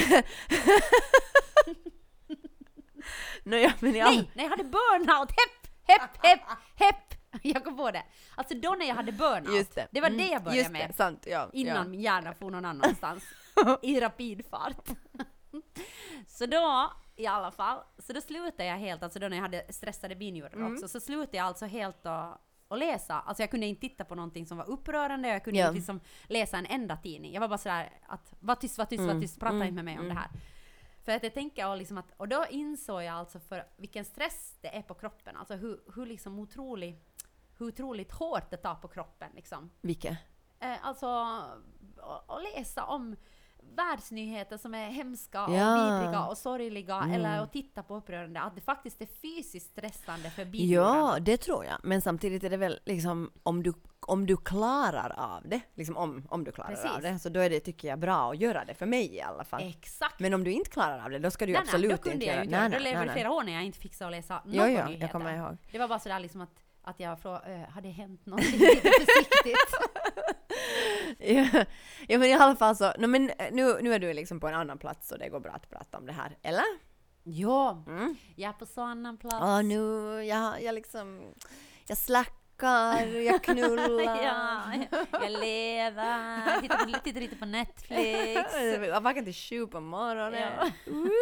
Nåja, men i alla... Nej, när jag hade burnout, hepp, hepp, hepp, hepp. Jag kom på det. Alltså då när jag hade burnout, Just det. det var Mm, det jag började just med. det, sant, ja. Innan ja. min hjärna får någon annanstans. I rapid fart. Så då, i alla fall, så då slutade jag helt, alltså då när jag hade stressade binjurar Mm. också, så slutade jag alltså helt att, att läsa. Alltså jag kunde inte titta på någonting som var upprörande, jag kunde Ja. inte liksom läsa en enda tidning. Jag var bara sådär att, var tyst, var tyst, Mm, var tyst, prata mm, inte med mig om mm. det här. För att jag tänker och liksom att, och då insåg jag alltså för vilken stress det är på kroppen, alltså hur, hur liksom otroligt, hur otroligt hårt det tar på kroppen liksom. Vilket? Eh, alltså att- att läsa om världsnyheter som är hemska Ja. och vidriga och sorgliga Mm. eller att titta på upprörande, att det faktiskt är fysiskt stressande för binjurarna. Ja, det tror jag. Men samtidigt är det väl liksom om du, om du klarar av det, liksom om, om du klarar Precis. av det, så då är det, tycker jag, bra att göra det, för mig i alla fall. Exakt. Men om du inte klarar av det, då ska du ju nej, absolut nej, då kunde inte jag göra ju inte göra det. Då nej, levde nej, det nej. flera år när jag inte fixade att läsa Jo, någon ja, nyheter. jag kommer ihåg. Det var bara sådär liksom att, att jag frågade, äh, hade det hänt någonting lite försiktigt? ja, ja, men i alla fall så, no, men nu, nu är du liksom på en annan plats och det går bra att prata om det här, eller? Ja, Mm. jag är på så annan plats. Ja, nu, jag, jag liksom, jag slackar, jag knullar. Ja, jag lever, tittar, på, tittar lite på Netflix. Jag vaknar till sju på morgonen. Ja.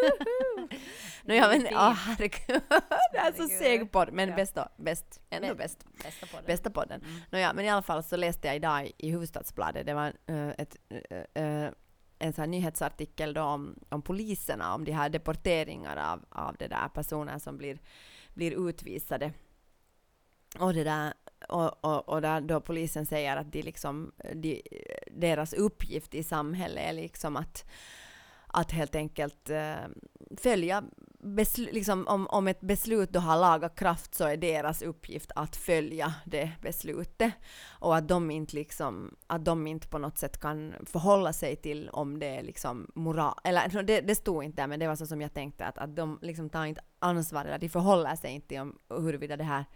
No, ja, men, Det är åh, herregud. Det är så Herregud. seg podd, men Ja. bäst då, bäst, ändå Bä- bäst. Bästa på det. Bästa podden. Mm. No, ja, men i alla fall så läste jag idag i Hufvudstadsbladet, det var uh, ett, uh, uh, en sån här nyhetsartikel då om, om poliserna, om de här deporteringar av, av det där personer som blir, blir utvisade. Och det där, och, och, och där då polisen säger att de liksom, de, deras uppgift i samhället är liksom att att helt enkelt eh, följa besl- liksom om, om ett beslut då har laga kraft, så är deras uppgift att följa det beslutet, och att de inte liksom att de inte på något sätt kan förhålla sig till om det är liksom moral, eller det, det stod inte där, men det var så som jag tänkte, att, att de liksom tar inte ansvar, eller de förhåller sig inte om huruvida det här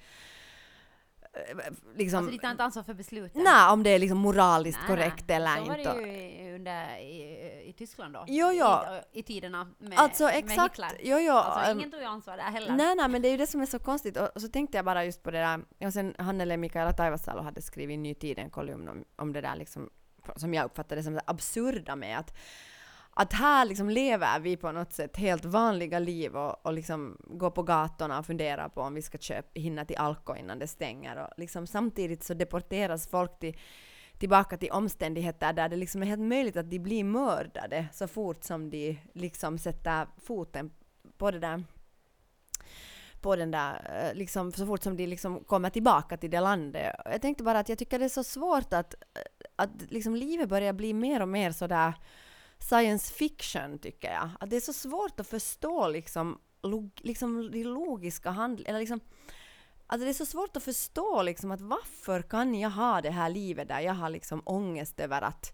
liksom, Alltså de tar inte ansvar för besluten. nej, om det är liksom moraliskt Nej, korrekt nej. eller Så var inte. det ju i- under, i, i Tyskland då. Jo, ja. I, I tiderna med, Alltså med exakt, Hitler. jo, jo. Alltså ähm, ingen tog ju ansvar där heller. Nej, nej, men det är ju det som är så konstigt. Och, och så tänkte jag bara just på det där. Och sen Hannele Mikaela Taivasalo hade skrivit i Ny Tiden-kolumn om, om det där liksom, som jag uppfattade som det absurda med att att här liksom lever vi på något sätt helt vanliga liv och, och liksom går på gatorna och funderar på om vi ska köpa, hinna till alko innan det stänger. Och liksom samtidigt så deporteras folk till, tillbaka till omständigheter där det liksom är helt möjligt att de blir mördade så fort som de liksom sätter foten på det där på den där, liksom, så fort som de liksom kommer tillbaka till det landet. Jag tänkte bara att jag tycker det är så svårt att, att liksom livet börjar bli mer och mer sådär science fiction, tycker jag. Att det är så svårt att förstå liksom, log, liksom de logiska handlingar, eller liksom, alltså det är så svårt att förstå liksom att varför kan jag ha det här livet där jag har liksom ångest över att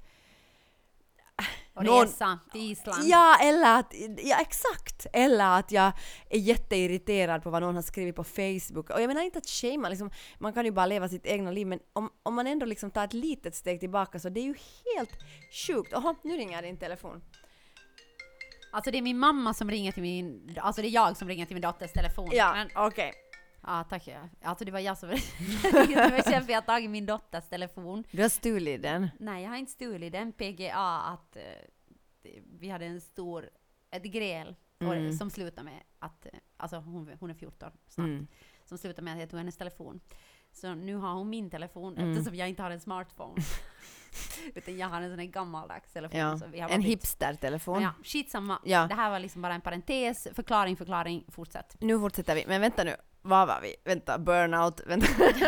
Och någon- resa till Island. Ja, eller att, ja exakt, eller att jag är jätteirriterad på vad någon har skrivit på Facebook. Och jag menar inte att shama, liksom, man kan ju bara leva sitt egna liv, men om, om man ändå liksom tar ett litet steg tillbaka, så det är ju helt sjukt. Jaha, nu ringer din telefon. Alltså det är min mamma som ringer till min, alltså det är jag som ringer till min dotters telefon. Ja, Men, okej. ja tack. Ja. Alltså det var jag som ringde mig själv för jag har tagit min dotters telefon. Du har stulit den. Nej, jag har inte stulit den. P G A att eh, det- vi hade en stor, ett gräl och, Mm. som slutade med att, eh, alltså hon, hon är fjorton snart, Mm. som slutade med att jag tog hennes telefon. Så nu har hon min telefon Mm. eftersom jag inte har en smartphone. Utan jag har en sån här gammaldags telefon. Ja. Så vi har bara En bytt. hipster-telefon. Ja, skitsamma. Ja. Det här var liksom bara en parentes. Förklaring, förklaring, fortsätt. Nu fortsätter vi, men vänta nu. vad var vi? Vänta, burnout. Vänta.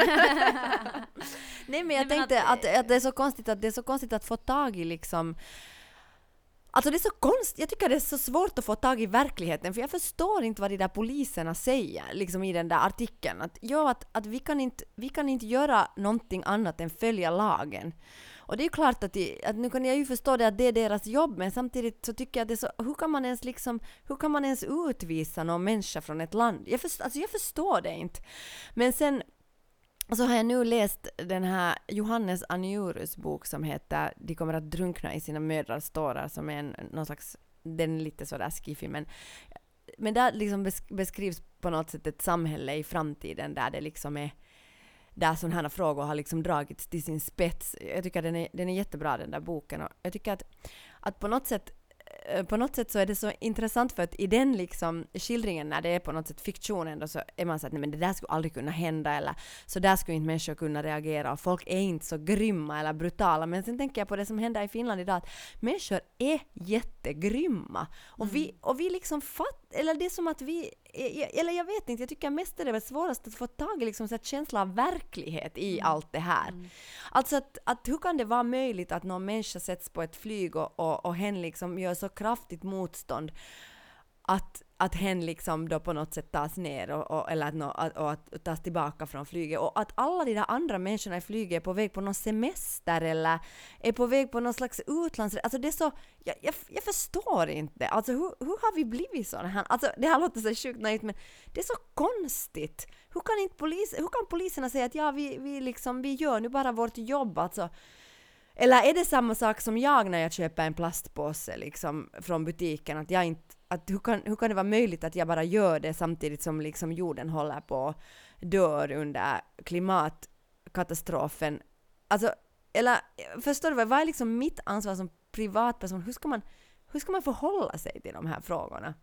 Nej, men jag Nej, men tänkte att- att, att, det är så konstigt att det är så konstigt att få tag i liksom. Alltså det är så konstigt, jag tycker det är så svårt att få tag i verkligheten, för jag förstår inte vad de där poliserna säger liksom i den där artikeln. Att, ja, att, att vi, kan inte, vi kan inte göra någonting annat än följa lagen. Och det är ju klart att, de, att nu kan jag ju förstå det att det är deras jobb, men samtidigt så tycker jag att det är så, hur kan man ens liksom, hur kan man ens utvisa någon människa från ett land? Jag förstår, alltså jag förstår det inte. Men sen så har jag nu läst den här Johannes Aniurus bok som heter De kommer att drunkna i sina mödrars tårar, som är en, någon slags, den är lite sådär skiffig, men, men där liksom beskrivs på något sätt ett samhälle i framtiden där det liksom är, där sådana här frågor har liksom dragits till sin spets. Jag tycker den är, den är jättebra, den där boken, och jag tycker att, att på något sätt på något sätt så är det så intressant, för att i den liksom skildringen, när det är på något sätt fiktion ändå, så är man så att nej, men det där skulle aldrig kunna hända, eller så där skulle inte människor kunna reagera, och folk är inte så grymma eller brutala. Men sen tänker jag på det som händer i Finland idag, att människor är jättegrymma, och mm. vi och vi liksom fatt, eller det är som att vi eller jag vet inte, jag tycker mest är det väl svårast att få tag i liksom så att känsla av verklighet i mm. allt det här. Mm. Alltså att, att hur kan det vara möjligt att någon människa sätts på ett flyg och, och, och hen liksom gör så kraftigt motstånd att, att hen liksom då på något sätt tas ner och, och, eller att, no, att, och att tas tillbaka från flyget, och att alla de där andra människorna i flyget är på väg på någon semester eller är på väg på någon slags utlands... Alltså det är så... Jag, jag, jag förstår inte. Alltså hur, hur har vi blivit sådana här? Alltså det här låter så sjukt naivt, men det är så konstigt. Hur kan inte polis, hur kan poliserna säga att ja, vi, vi, liksom, vi gör nu bara vårt jobb, alltså... Eller är det samma sak som jag när jag köper en plastpåse liksom, från butiken, att jag inte... Att hur, kan, hur kan det vara möjligt att jag bara gör det samtidigt som liksom jorden håller på att dör under klimatkatastrofen? Alltså, eller förstår du vad, vad är liksom mitt ansvar som privatperson? Hur ska man, hur ska man förhålla sig till de här frågorna?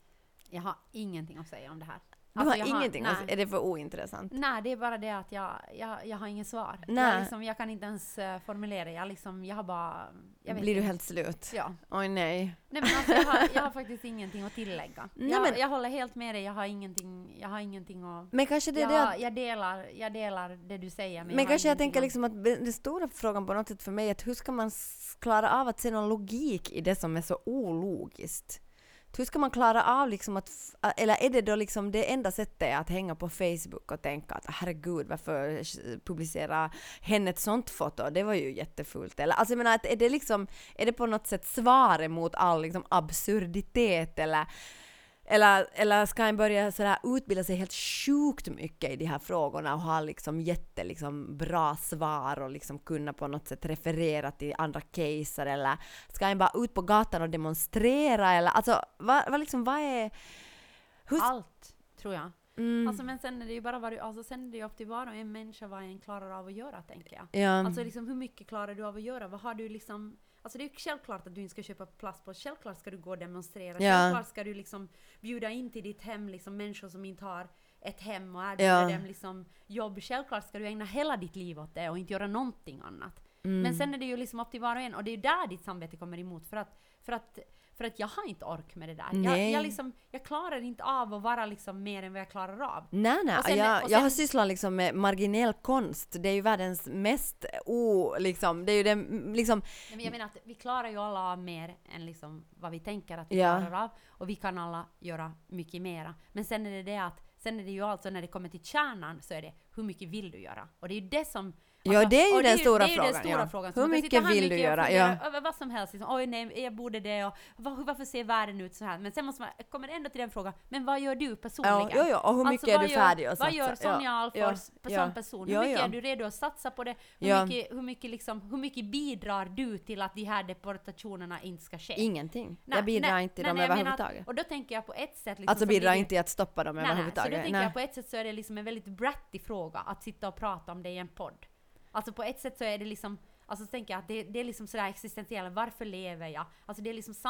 Jag har ingenting att säga om det här. Du Alltså, har jag ingenting? har, alltså, är det för ointressant? Nej, det är bara det att jag, jag, jag har ingen svar. Nej. Jag, liksom, jag kan inte ens uh, formulera. Jag, liksom, jag har bara... Jag vet Blir du inte. helt slut? Ja. Oj nej. Nej, men alltså, jag, har, jag har faktiskt ingenting att tillägga. Nej, jag, men, jag håller helt med dig. Jag har ingenting, jag har ingenting att... men kanske det är jag, det att, jag, delar, jag delar det du säger. Men, men jag kanske jag ingenting tänker att- liksom att den stora frågan på något sätt för mig är att hur ska man s- klara av att se någon logik i det som är så ologiskt? Hur ska man klara av liksom att, f- eller är det då liksom det enda sättet att hänga på Facebook och tänka att herregud, varför publicera henne ett sånt foto? Det var ju jättefult. Eller alltså jag menar, att är det liksom, är det på något sätt svaret mot all liksom absurditet, eller Eller, eller ska en börja sådär utbilda sig helt sjukt mycket i de här frågorna och ha liksom jätte liksom bra svar och liksom kunna på något sätt referera till andra caser, eller ska en bara ut på gatan och demonstrera, eller alltså vad, vad liksom, vad är... Hur... Allt, tror jag. Mm. Alltså, men sen är det ju bara vad du, alltså, sen är det ju upp till var och en människa vad en klarar av att göra, tänker jag. Ja. Alltså liksom, hur mycket klarar du av att göra? Vad har du liksom... Alltså det är ju självklart att du inte ska köpa plastpåse. Självklart ska du gå och demonstrera. Ja. Självklart ska du liksom bjuda in till ditt hem liksom människor som inte har ett hem och erbjuda Ja. dem liksom jobb. Självklart ska du ägna hela ditt liv åt det och inte göra någonting annat. Mm. Men sen är det ju liksom upp till var och en, och det är ju där ditt samvete kommer emot, för att för att för att jag har inte ork med det där. Jag, Nej. jag liksom jag klarar inte av att vara liksom mer än vad jag klarar av. Nej, nej. Och sen- jag, och jag har sen- sysslat liksom med marginell konst. Det är ju världens mest o... Liksom, det är ju den liksom... Nej, men jag menar att vi klarar ju alla av mer än liksom vad vi tänker att vi Ja. klarar av. Och vi kan alla göra mycket mera. Men sen är det det att, sen är det ju alltså när det kommer till kärnan, så är det hur mycket vill du göra? Och det är ju det som... Ja, det är ju och den stora det är ju frågan, Den stora ja. frågan. Hur Så man kan mycket sitta här vill du mycket och göra? fundera Ja. Över vad som helst. Liksom, oj nej, jag borde det. Och var, varför ser världen ut så här? Men sen måste man, kommer det ändå till den frågan. Men vad gör du personligen? Ja, ja, ja. Och hur mycket Alltså, är vad du gör- färdig att Vad satsa? gör Sonja Ja, Alfors ja, som ja. person? Hur Ja, mycket ja. är du redo att satsa på det? Hur, Ja. mycket, hur, mycket liksom, hur mycket bidrar du till att de här deportationerna inte ska ske? Ingenting. Nej, jag bidrar nej, inte till nej, dem nej, jag menar överhuvudtaget. att- Och då tänker jag på ett sätt... Liksom, Alltså så bidrar blir det- inte till att stoppa dem Nej, nej, så då överhuvudtaget. tänker jag på ett sätt så är det liksom en väldigt bratty fråga att sitta och prata om det i en podd. Alltså på ett sätt så är det liksom... Alltså så tänker jag att det, det är liksom sådär existentiellt. Varför lever jag? Alltså det är liksom samma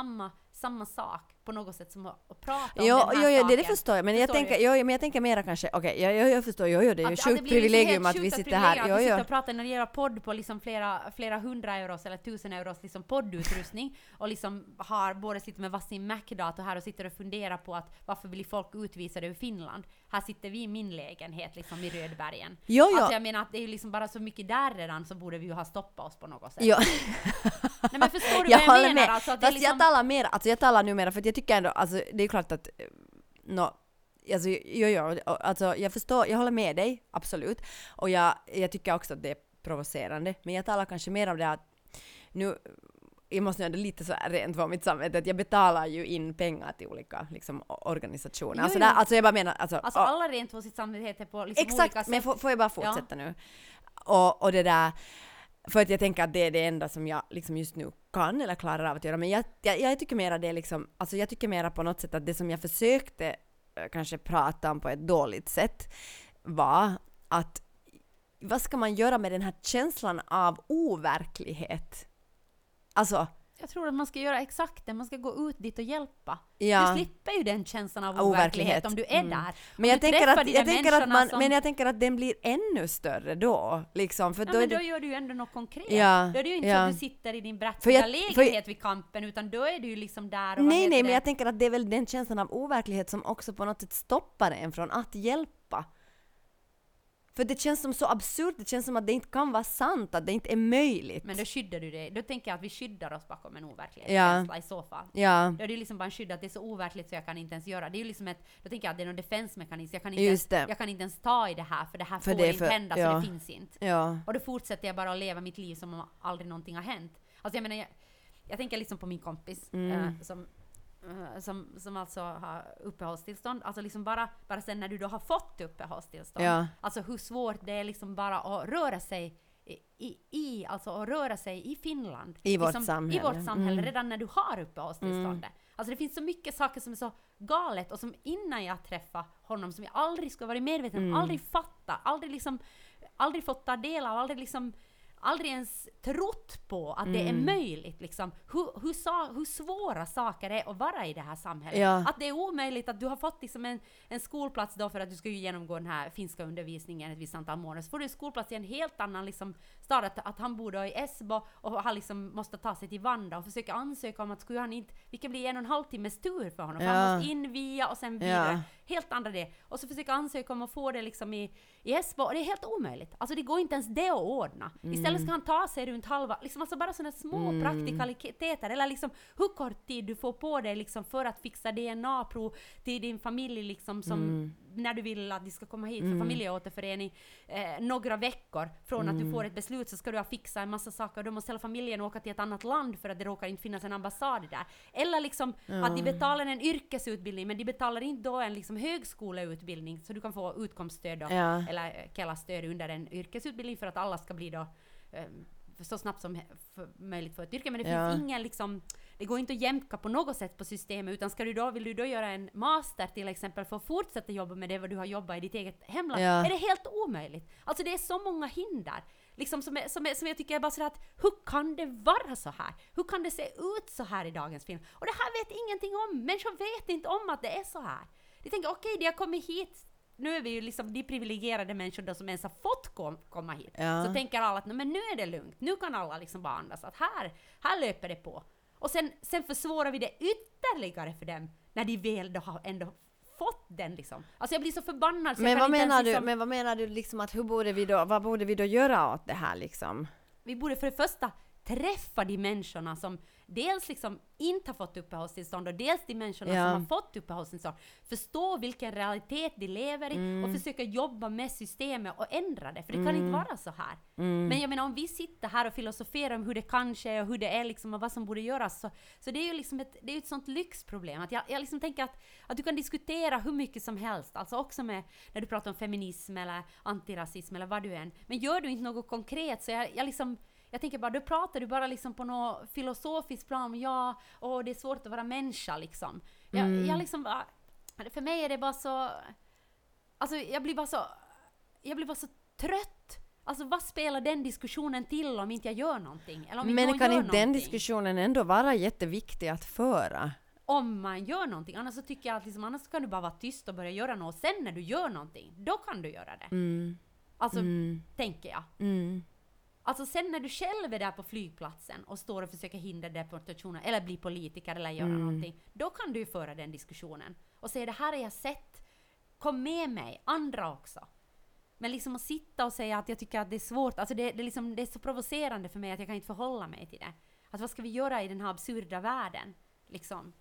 samma sak på något sätt som att, att prata om Jo, den här jo, jo, det, saken. det förstår jag. Men jag Förstår tänker, du? jo, jo, men jag tänker mera kanske, okej, okay, jag, jag, jag förstår, jo, jo, det är ju Att- att sjukt det blir liksom privilegium helt att vi sjukt sitter här. privilegium Jo, Att vi jo. sitter och pratar när det gäller podd på liksom flera, flera hundra euros eller tusen euros liksom poddutrustning och liksom har både sitter med varsin Mac-dator här och sitter och funderar på att varför blir folk utvisade ur Finland? Här sitter vi i min lägenhet liksom i Rödbergen. Jo, jo. Alltså jag menar att det är ju liksom bara så mycket där redan så borde vi ju ha stoppat oss på något sätt. Jo. Nej men förstår du Jag vad jag håller menar? med. Alltså, att det är Fast liksom... jag talar mer, alltså jag talar numera för att jag tycker ändå, alltså det är klart att, no, alltså, jo, jo, alltså jag förstår, jag håller med dig, absolut. Och jag, jag tycker också att det är provocerande. Men jag talar kanske mer om det att nu, jag måste ändå lite så här rent vara mitt samvete, att jag betalar ju in pengar till olika liksom, organisationer. Jo, Alltså, jo. där, alltså jag bara menar, alltså, Alltså och- alla rent på sitt samvete på liksom olika exakt, sätt. men får, får jag bara fortsätta nu? Och, och det där, för att jag tänker att det är det enda som jag liksom just nu kan eller klarar av att göra. Men jag, jag, jag tycker mera det liksom, alltså jag tycker mera på något sätt att det som jag försökte äh, kanske prata om på ett dåligt sätt var att vad ska man göra med den här känslan av overklighet? Alltså, Jag tror att man ska göra exakt det. Man ska gå ut dit och hjälpa. ja. Du slipper ju den känslan av Overklighet. overklighet om du är Mm. där. Om Men jag, du tänker träffar att, de jag där tänker att människorna man, som- men jag tänker att den blir ännu större då. Liksom, för Ja, då är men det, då gör du ju ändå något konkret. Ja, Då är det ju inte ja. så att du sitter i din För brattiga jag- för lägenhet jag- vid kampen, utan då är du ju liksom där och vad nej, heter nej, det? men jag tänker att det är väl den känslan av overklighet som också på något sätt stoppar en från att hjälpa. För det känns som så absurt, det känns som att det inte kan vara sant, att det inte är möjligt. Men då skyddar du det. Då tänker jag att vi skyddar oss bakom en overklighet Ja. i så fall. Ja, Då är det ju liksom bara en skydd att det är så overkligt så jag kan inte ens göra. Det är ju liksom ett, då tänker jag att det är någon defensmekanism. Jag kan inte, Just ens, det. jag kan inte ens ta i det här för det här För får det är inte för- hända ja. för det finns inte. ja. Och då fortsätter jag bara att leva mitt liv som om aldrig någonting har hänt. Alltså jag menar, jag, jag tänker liksom på min kompis Mm. eh, som, eh, som, som alltså har uppehållstillstånd. Alltså liksom bara, bara sen när du då har fått uppehållstillstånd. Ja. Alltså hur svårt det är liksom bara att röra sig i, i, i alltså att röra sig i Finland. I vårt liksom, samhälle. I vårt samhälle Mm. redan när du har uppehållstillståndet. Alltså det finns så mycket saker som är så galet och som innan jag träffade honom som jag aldrig skulle varit medveten om, Mm. aldrig fatta, aldrig liksom aldrig fått ta del av, aldrig liksom aldrig ens trott på att det är Mm. möjligt liksom. Hur, hur, sa, hur svåra saker är att vara i det här samhället. Ja. Att det är omöjligt att du har fått liksom en, en skolplats då för att du ska ju genomgå den här finska undervisningen ett visst antal månader. Så får du en skolplats i en helt annan liksom stad. Att, att han bor då i Esbo och har liksom måste ta sig till Vanda och försöka ansöka om att skulle han inte, vilket blir en och en halv timmes tur för honom. För Ja. han måste in via och sen vidare. Ja. Helt andra det. Och så försöka ansöka om att få det liksom i, i Esbo. Och det är helt omöjligt. Alltså det går inte ens det att ordna. Istället ska han ta sig runt halva, liksom alltså bara sådana små Mm. praktikaliteter. Eller liksom hur kort tid du får på dig liksom för att fixa D N A-prov till din familj liksom som Mm. när du vill att de ska komma hit för familjeåterförening eh, några veckor från att Mm. du får ett beslut så ska du ha fixa en massa saker. Då måste hela familjen åka till ett annat land för att det råkar inte finnas en ambassad där. Eller liksom att de betalar en yrkesutbildning men de betalar inte då en liksom högskoleutbildning så du kan få utkomststöd då, Ja. eller eh, Kela-stöd under en yrkesutbildning för att alla ska bli då eh, så snabbt som he- för, möjligt för ett yrke. Men det Ja. finns ingen liksom, det går inte att jämka på något sätt på systemet utan ska du då, vill du då göra en master till exempel för att fortsätta jobba med det vad du har jobbat i ditt eget hemland, Ja. är det helt omöjligt. Alltså det är så många hinder. Liksom som, är, som, är, som jag tycker är bara sådär att hur kan det vara så här? Hur kan det se ut så här i dagens film? Och det här vet ingenting om. Människor vet inte om att det är så här. De tänker okej, de har kommit hit. Nu är vi ju liksom de privilegierade människor då som ens har fått kom, komma hit. Ja. Så tänker alla att nej, men nu är det lugnt. Nu kan alla liksom bara andas. Att här, här löper det på. Och sen, sen försvårar vi det ytterligare för dem när de väl då har ändå fått den liksom. Alltså jag blir så förbannad så jag Men kan vad, inte ens menar du, liksom, men vad menar du liksom att hur borde vi då, vad borde vi då göra åt det här liksom? vi borde för det första träffa de människorna som dels liksom inte har fått uppehållstillstånd och dels de människorna Ja. som har fått uppehållstillstånd. Förstå vilken realitet de lever i Mm. och försöka jobba med systemet och ändra det. För det kan inte vara så här. Mm. Men jag menar om vi sitter här och filosoferar om hur det kanske är och hur det är liksom och vad som borde göras. Så, så det är ju liksom ett, det är ett sånt lyxproblem. Att jag, jag liksom tänker att, att du kan diskutera hur mycket som helst. Alltså också med när du pratar om feminism eller antirasism eller vad du än. Men gör du inte något konkret så jag, jag liksom jag tänker bara, då pratar du bara liksom på något filosofiskt plan. Ja, och det är svårt att vara människa liksom. Jag, Mm. jag liksom bara, för mig är det bara så, alltså jag blir bara så, jag blir bara så trött. Alltså vad spelar den diskussionen till om inte jag gör någonting? Eller om inte Men någon kan gör inte den någonting? diskussionen ändå vara jätteviktig att föra? Om man gör någonting. Annars så tycker jag att liksom, annars kan du bara vara tyst och börja göra något. Och sen när du gör någonting, då kan du göra det. Mm. Alltså, Mm. tänker jag. Mm. Alltså sen när du själv är där på flygplatsen och står och försöker hindra deportationen eller bli politiker eller göra Mm. någonting, då kan du ju föra den diskussionen och säga det här har jag sett, kom med mig, andra också. Men liksom att sitta och säga att jag tycker att det är svårt, alltså det, det, liksom, det är så provocerande för mig att jag kan inte förhålla mig till det. Att vad ska vi göra i den här absurda världen? Liksom.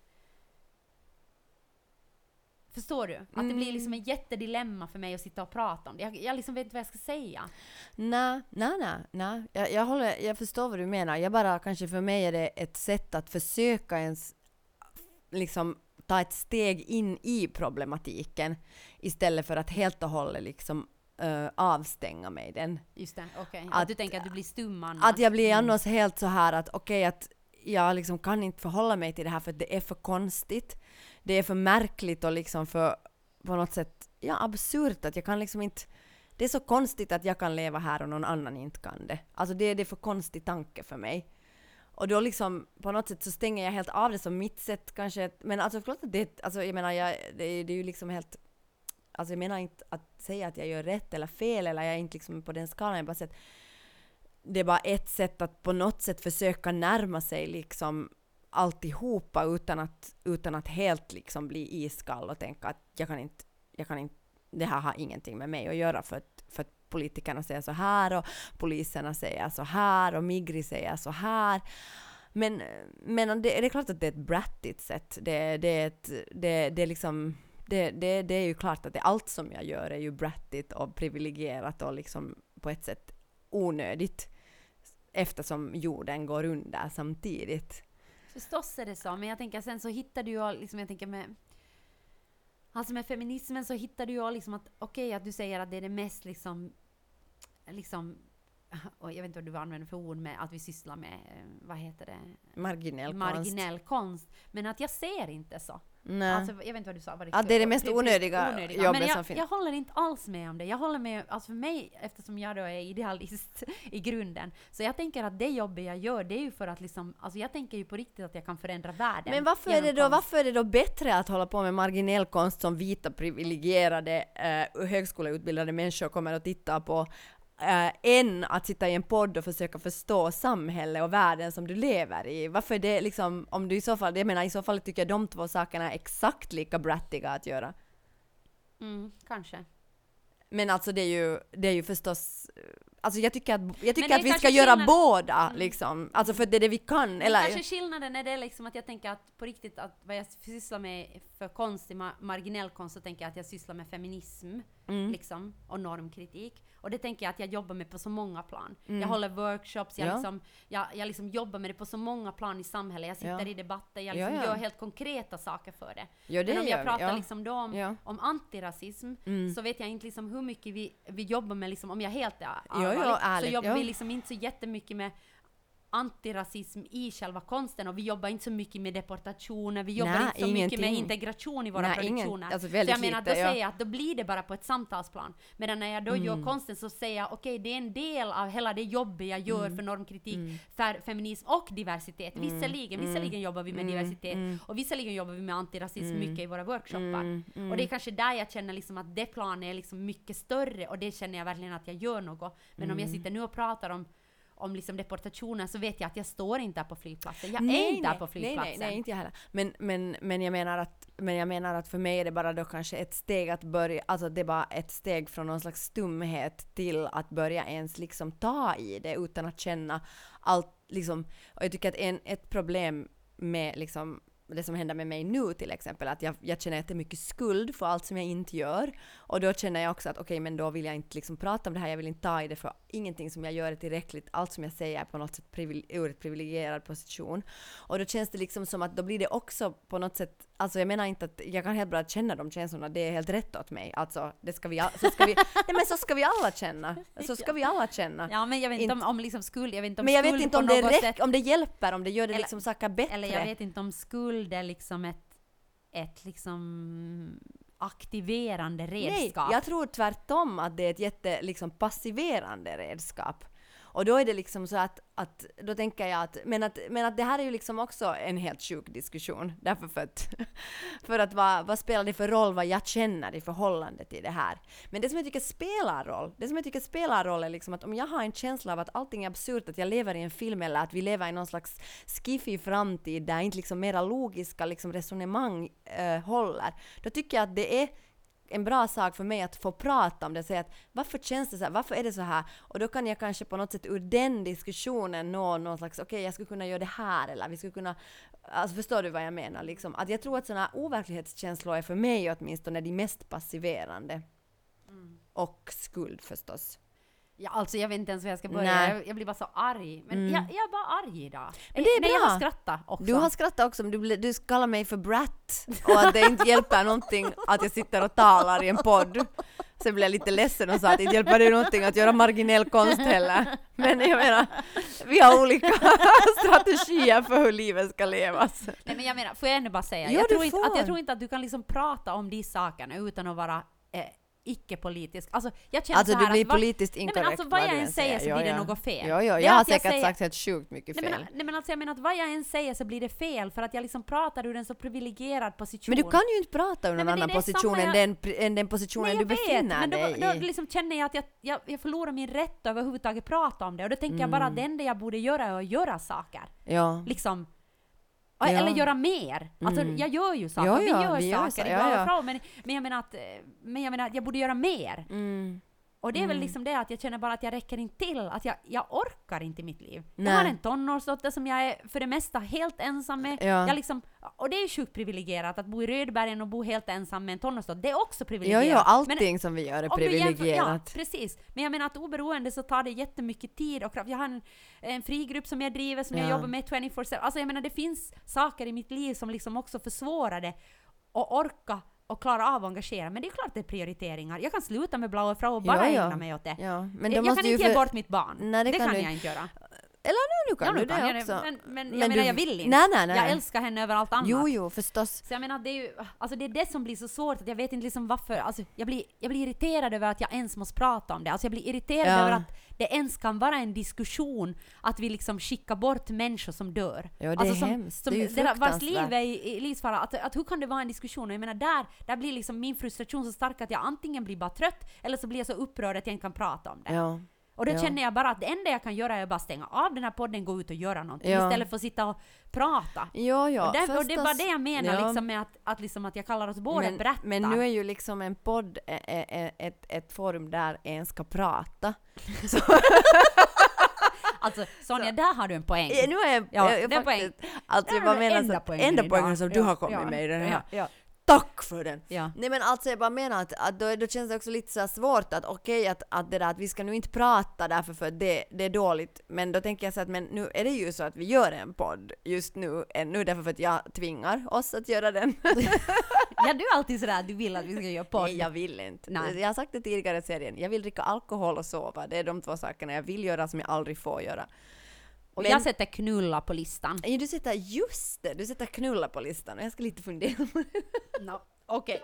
Förstår du? Att det blir liksom ett jättedilemma för mig att sitta och prata om det. Jag, jag liksom vet inte vad jag ska säga. Nej, nej, nej, nej. Jag, jag, håller, jag förstår vad du menar. Jag bara, kanske för mig är det ett sätt att försöka ens liksom ta ett steg in i problematiken istället för att helt och hållet liksom uh, avstänga mig den. Just det, okej. Okay. Att, Att- du tänker att du blir stum annars. Att jag blir Mm. annars helt så här att okej, att jag liksom kan inte förhålla mig till det här för att det är för konstigt. Det är för märkligt och liksom för på något sätt ja, absurt att jag kan liksom inte. Det är så konstigt att jag kan leva här och någon annan inte kan det. Alltså det, det är för konstig tanke för mig. Och då liksom på något sätt så stänger jag helt av det som mitt sätt kanske. Men alltså klart att det, alltså jag menar jag, det, det är ju liksom helt. Alltså jag menar inte att säga att jag gör rätt eller fel eller jag är inte liksom på den skalan. Jag bara säger att det är bara ett sätt att på något sätt försöka närma sig liksom alltihopa utan att, utan att helt liksom bli iskall och tänka att jag kan inte, jag kan inte, det här har ingenting med mig att göra för att, för att politikerna säger så här och poliserna säger så här och Migri säger så här. Men, men det, det är klart att det är ett brattigt sätt. Det, det, är ett, det, det är liksom det, det, det är ju klart att det, allt som jag gör är ju brattigt och privilegierat och liksom på ett sätt onödigt eftersom jorden går under samtidigt. Förstås är det så, men jag tänker sen så hittar du ju liksom, jag tänker med alltså med feminismen så hittar du ju liksom att okej okay, att du säger att det är det mest liksom liksom och jag vet inte vad du använder för ord med att vi sysslar med vad heter det? Marginell konst. Marginell konst. Men att jag ser inte så. Nej. Alltså, jag vet inte vad du sa. Var det Att det är det mest onödiga, onödiga. jobbet Men jag, som finns. jag håller inte alls med om det. Jag håller med, alltså för mig, eftersom jag då är idealist i grunden. Så jag tänker att det jobbet jag gör, det är ju för att liksom, alltså jag tänker ju på riktigt att jag kan förändra världen. Men varför är, det då, konst. varför är det då bättre att hålla på med marginell konst som vita privilegierade eh, högskoleutbildade människor kommer att titta på Uh, än att sitta i en podd och försöka förstå samhället och världen som du lever i. Varför är det liksom, om du i så fall, jag menar i så fall tycker jag de två sakerna är exakt lika brattiga att göra. Mm, kanske. Men alltså det är ju, det är ju förstås, alltså jag tycker att, jag tycker det är att vi ska kanske göra skillnad- båda Mm. liksom. Alltså för det är det vi kan. Eller, Kanske skillnaden är det liksom att jag tänker att på riktigt att vad jag sysslar med för konst i ma- marginell konst så tänker jag att jag sysslar med feminism Mm. liksom, och normkritik. Och det tänker jag att jag jobbar med på så många plan. Mm. Jag håller workshops, jag, Ja. liksom, jag, jag liksom jobbar med det på så många plan i samhället. Jag sitter Ja. i debatter, jag Ja, liksom ja. gör helt konkreta saker för det. ja, det Men om gör jag vi, pratar ja. liksom då om, Ja. om antirasism Mm. så vet jag inte liksom hur mycket vi, vi jobbar med, liksom, om jag är helt är Jo, jo, allvarlig, ärligt, så jobbar ja. vi liksom inte så jättemycket med antirasism i själva konsten och vi jobbar inte så mycket med deportationer, vi jobbar Nej, inte så mycket med ingenting. integration i våra Nej, ingen- produktioner. alltså så väldigt jag menar, då lite, ja. säger jag att då blir det bara på ett samtalsplan. Medan när jag då gör Mm. konsten så säger jag okej, det är en del av hela det jobbet jag gör Mm. för normkritik, Mm. för feminism och diversitet. Mm. Visserligen, Mm. visserligen jobbar vi med Mm. diversitet Mm. och visserligen jobbar vi med antirasism Mm. mycket i våra workshoppar. Mm. Mm. Och det är kanske där jag känner liksom att det planet är liksom mycket större och det känner jag verkligen att jag gör något. Men om jag Mm. sitter nu och pratar om om liksom deportationer så vet jag att jag står inte där på flygplatsen. Jag Nej, är inte där nej, på flygplatsen. Nej, nej, nej, inte jag heller. Men, men, men, jag menar att, men jag menar att för mig är det bara då kanske ett steg att börja, alltså det är bara ett steg från någon slags stumhet till att börja ens liksom ta i det utan att känna allt liksom. Och jag tycker att en, ett problem med liksom det som händer med mig nu till exempel, att jag, jag känner jättemycket skuld för allt som jag inte gör. Och då känner jag också att okej, okay, men då vill jag inte liksom prata om det här, jag vill inte ta i det för ingenting som jag gör är tillräckligt. Allt som jag säger är på något sätt privile- ur ett privilegierad position. Och då känns det liksom som att då blir det också på något sätt, alltså jag menar inte att jag kan helt bra känna de känslorna, det är helt rätt åt mig. Alltså, det ska vi, all- så ska vi, nej men så ska vi alla känna. Så ska vi alla känna. Ja, men jag vet inte om, Inte- om liksom skuld, jag vet inte om Men jag skuld vet inte på om det, något räck, sätt, om det hjälper, om det gör det Eller- liksom saker bättre. eller jag vet inte om skuld är liksom ett, ett liksom aktiverande Nej, redskap. jag tror tvärtom att det är ett jätte liksom passiverande redskap. Och då är det liksom så att, att då tänker jag att men, att men att det här är ju liksom också en helt sjuk diskussion. Därför för att, för att vad, vad spelar det för roll vad jag känner i förhållande till det här. Men det som jag tycker spelar roll, det som jag tycker spelar roll är liksom att om jag har en känsla av att allting är absurt, att jag lever i en film eller att vi lever i någon slags skiffig framtid där inte liksom mera logiska liksom resonemang äh, håller, då tycker jag att det är en bra sak för mig att få prata om det och säga att varför känns det så här, varför är det så här, och då kan jag kanske på något sätt ur den diskussionen nå någon slags, okej okay, jag skulle kunna göra det här eller vi skulle kunna, alltså förstår du vad jag menar liksom, att jag tror att sådana overklighetskänslor är för mig åtminstone de mest passiverande mm. och skuld förstås. Ja, alltså jag vet inte ens hur jag ska börja. Jag, jag blir bara så arg. Men mm. jag, jag är bara arg idag. Men det är Nej, bra. jag har skrattat också. Du har skrattat också, men du, du kallar mig för brat. Och att det inte hjälper någonting att jag sitter och talar i en podd. Så blev jag lite ledsen och sa att det inte hjälper det någonting att göra marginell konst heller. Men jag menar, vi har olika strategier för hur livet ska levas. Nej, men jag menar, får jag ändå bara säga. Ja, jag, tror du inte, får. att jag tror inte att du kan liksom prata om de sakerna utan att vara... Eh, icke-politisk. Alltså, jag känner alltså så här du blir att, politiskt nej, inkorrekt. men alltså, vad jag du än säger så ja, blir det ja. något fel. Ja, ja, Det jag är har att jag säkert säger, sagt helt sjukt mycket fel. Nej men, nej, men alltså, jag menar att vad jag än säger så blir det fel för att jag liksom pratar ur en så privilegierad position. Men du kan ju inte prata ur någon nej, annan position än, jag... den, än den positionen nej, du vet, befinner men då, dig då, i. då liksom känner jag att jag, jag, jag förlorar min rätt att överhuvudtaget prata om det. Och då tänker Mm. jag bara att det enda jag borde göra är att göra saker. Ja. Liksom... Ja. Eller göra mer. Alltså Mm. jag gör ju saker. Ja, vi ja, gör vi gör saker. så, ja, ja. Ifrån, men, men, jag menar att, men jag menar att jag borde göra mer. Mm. Och det är Mm. väl liksom det att jag känner bara att jag räcker inte till. Att jag, jag orkar inte i mitt liv. Nej. Jag har en tonårsdotter som jag är för det mesta helt ensam med. Ja. Jag liksom, och det är ju sjukt privilegierat att bo i Rödbergen och bo helt ensam med en tonårsdotter. Det är också Ja, privilegierat. ja, allting Men, som vi gör är om du jämför- privilegierat. Ja, precis. Men jag menar att oberoende så tar det jättemycket tid och kraft. Jag har en, en frigrupp som jag driver, som Ja. jag jobbar med tjugofyra sju. Alltså jag menar det finns saker i mitt liv som liksom också försvårar det. Och orka och klara av att engagera. Men det är klart det är prioriteringar. Jag kan sluta med blåa frau och bara Ja, ja. ägna mig åt det. Ja, men då jag måste kan inte ju ge för... bort mitt barn. Nej, det det kan kan du- jag inte göra. Eller nu kan Ja, du nu det kan jag också. det. Men, men, jag Men menar, du- jag vill inte. Nej, nej, nej. Jag älskar henne över allt annat. Jo, jo, förstås. Så jag menar, det är ju, alltså det är det som blir så svårt, att jag vet inte liksom varför, alltså jag blir, jag blir irriterad över att jag ens måste prata om det. Alltså jag blir irriterad Ja. över att det ens kan vara en diskussion, att vi liksom skickar bort människor som dör. Ja, det är alltså som, hemskt. Som, Det är ju där- vars fruktansvärt. liv är i, i livsfara. Att, att hur kan det vara en diskussion? Och jag menar, där, där blir liksom min frustration så stark att jag antingen blir bara trött, eller så blir jag så upprörd att jag inte kan prata om det. Ja. Och då Ja. känner jag bara att det enda jag kan göra är att bara stänga av den här podden, gå ut och göra någonting Ja. istället för att sitta och prata. Ja, ja, och, det, och det var förstås. det jag menar Ja. liksom med att, att, liksom att jag kallar oss båda men, berättar. men nu är ju liksom en podd ä, ä, ä, ett, ett forum där en ska prata. Så, Alltså Sonja, där har du en poäng. nu är jag, Ja, jag, jag det är faktiskt, alltså jag Det är bara den menar enda så att poängen enda idag. poängen som du Ja, har kommit ja, med i den här. ja, ja. Tack för den! Ja. Nej men alltså jag bara menar att, att då, då känns det också lite så här svårt att okej att, att det där att vi ska nu inte prata därför för att det, det är dåligt, men då tänker jag så att men nu är det ju så att vi gör en podd just nu ännu därför för att jag tvingar oss att göra den. Ja, du är alltid sådär att du vill att vi ska göra podd. Nej, jag vill inte. Nej. Jag har sagt det tidigare i serien, jag vill dricka alkohol och sova, det är de två sakerna jag vill göra som jag aldrig får göra. Och Men- jag sätter knulla på listan. Ja, du sätter just det, du sätter knulla på listan och jag ska lite fundera på det. No. Okej.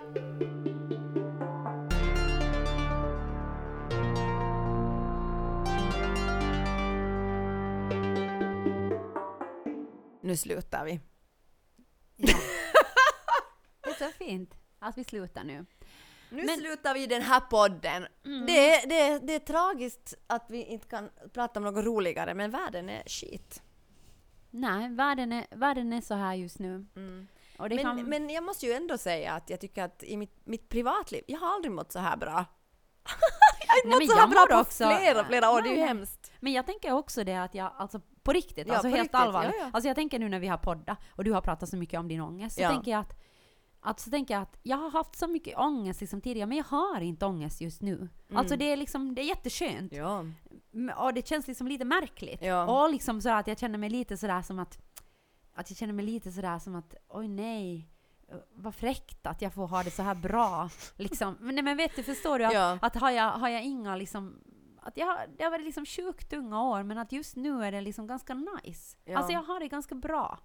Nu slutar vi. Ja. Det är så fint att vi slutar nu. Nu Men- slutar vi den här podden. Mm. Det, är- det, är- det är tragiskt att vi inte kan prata om något roligare, men världen är skit. Nej, världen är, världen är så här just nu. Och det Men, kan... men jag måste ju ändå säga att jag tycker att i mitt, mitt privatliv, jag har aldrig mått så här bra. jag har inte Nej, mått men så här jag bra mår på också- flera, flera år, det är ju Nej, nej. hemskt. Men jag tänker också det att jag, alltså på riktigt, Ja, alltså på helt riktigt, allvarligt. ja, ja. Alltså jag tänker nu när vi har poddat och du har pratat så mycket om din ångest, så Ja. tänker jag att, att, så tänker jag att jag har haft så mycket ångest liksom tidigare, men jag har inte ångest just nu. Alltså det är liksom, det är jätteskönt. Mm. Ja. M- Och det känns liksom lite märkligt. Ja. Och liksom så att jag känner mig lite sådär som att, att jag känner mig lite sådär som att, oj nej, vad fräckt att jag får ha det så här bra. Liksom. Men, nej, men vet du, förstår du att, Ja. att har, jag, har jag inga liksom, att jag, har- det har varit liksom sjukt unga år, men att just nu är det liksom ganska nice. Ja. Alltså jag har det ganska bra.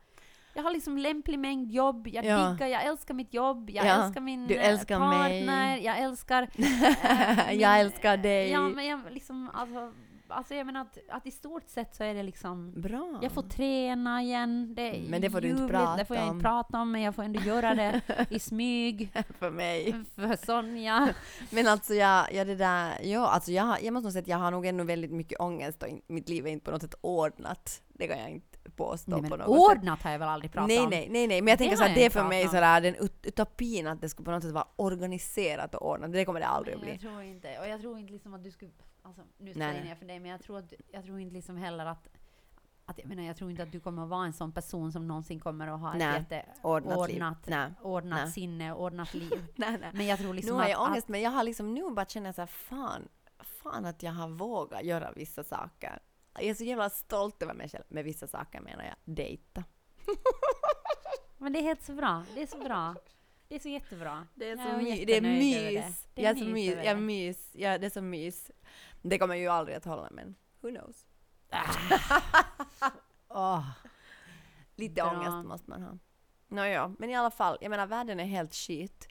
jag har liksom lämplig mängd jobb, jag Ja. diggar, jag älskar mitt jobb, jag Ja, älskar min du älskar eh, partner, mig. jag älskar eh, min- Jag älskar dig. Ja, men jag liksom, alltså, alltså jag menar att, att i stort sett så är det liksom, Bra. jag får träna igen, det är Men det får du inte ljuvligt, prata det får jag om. inte prata om, men jag får ändå göra det i smyg för mig. för Sonja. Men alltså jag, jag det där, ja, alltså jag, har- jag måste nog säga att jag har nog ännu väldigt mycket ångest och in, mitt liv är inte på något sätt ordnat. Det kan jag inte påstå Nej, på men något sätt. ordnat har jag väl aldrig pratat Nej, om. nej, nej, nej, men jag tänker Det så har att jag det är inte för mig pratat om. sådär den ut- utopin att det skulle på något sätt vara organiserat och ordnat. Det kommer det aldrig att Nej, bli. jag tror inte, och jag tror inte liksom att du skulle, alltså nu Nej, säger nej. jag för dig, men jag tror, att, jag tror inte liksom heller att, att jag menar, jag tror inte att du kommer att vara en sån person som någonsin kommer att ha ett Nej, jätte ordnat liv. ordnat, Nej, ordnat nej. sinne, ordnat liv. Nej, nej. Men jag tror Nu liksom har att, jag ångest, att men jag har liksom nu bara känner så här, fan, fan att jag har vågat göra vissa saker. Jag är så jävla stolt över mig själv. Med vissa saker menar jag dejta. men det är helt så bra, det är så bra. Det är så jättebra. Det är Jag så är my- det är jättenöjd över det. mys. Det är Jag är så mys mys. över Jag det. mys. Ja, det är så mys. Det kommer ju aldrig att hålla, men who knows. Åh. Lite Bra. ångest måste man ha. Nåja, men i alla fall, jag menar världen är helt skit.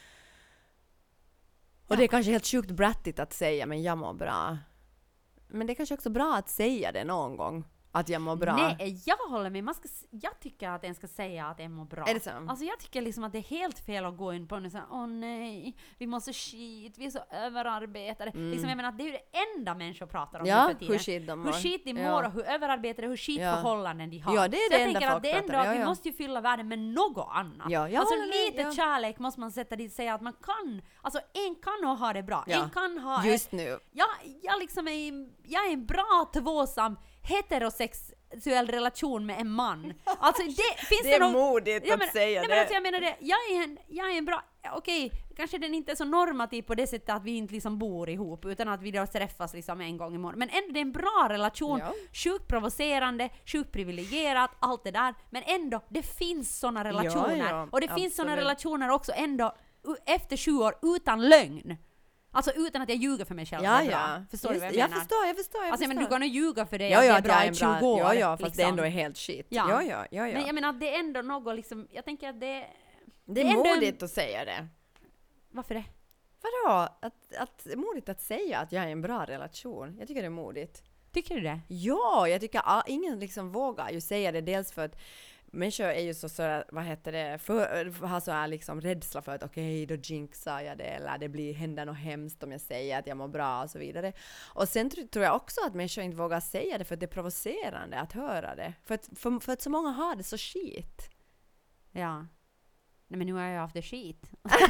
Och Ja. det är kanske helt sjukt brattigt att säga, men jag mår bra. Men det är kanske också bra att säga det någon gång. Att jag mår bra. Nej, jag håller med. Man ska, s- jag tycker att en ska säga att en mår bra. Är det så? Alltså jag tycker liksom att det är helt fel att gå in på en och säga åh nej, vi måste skit, vi är så överarbetade. Liksom, jag menar att det är ju det enda människor pratar om nu Ja, för tiden. hur skit de mår. Hur skit de mår Ja. och hur överarbetade, hur skit Ja. förhållanden de har. Ja, det är så det jag enda tänker att folk det är pratar ändå om. att vi Ja, ja. måste ju fylla världen med något annat. Ja, jag alltså håller med, lite ja. kärlek måste man sätta dit och säga att man kan, alltså en kan nog ha det bra. Ja. En kan ha Just nu. jag, jag, liksom är, jag är en bra tvåsam heterosexuell relation med en man. Alltså det finns Det är nog- modigt Ja, att men, säga nej, det. Men alltså jag menar det, jag är en, jag är en bra, okej, kanske den inte är så normativ på det sättet att vi inte liksom bor ihop utan att vi då träffas liksom en gång i månaden. Men ändå det är en bra relation, Ja. sjukt provocerande, sjukt privilegierat, allt det där. Men ändå, det finns såna relationer. ja, och det finns såna absolut. relationer också ändå u- efter sju år utan lögn. Alltså utan att jag ljuger för mig själv. Ja, det är bra. ja. Förstår du Just vad jag det. Jag menar? förstår, jag förstår, jag Alltså men förstår. du kan ju ljuga för det Ja, att ja, det är att bra jag är i en tjugo bra, år. ja, ja, fast liksom. det ändå är helt skit. Ja. Ja, ja, ja, ja. Men jag menar att det är ändå något liksom, jag tänker att det det är det är ändå en- modigt att säga det. varför det? Vadå? Att, att, modigt att säga att jag är i en bra relation. Jag tycker det är modigt. Tycker du det? Ja, jag tycker all, ingen liksom vågar ju säga det. Dels för att människor är ju så, så vad heter det, för, har så här liksom rädsla för att okej, då jinxar jag det eller det blir, händer något hemskt om jag säger att jag mår bra och så vidare. Och sen tr- tror jag också att människor inte vågar säga det för att det är provocerande att höra det. För att, för, för att så många har det så skit. Ja. Nej men nu har jag ju haft det skit.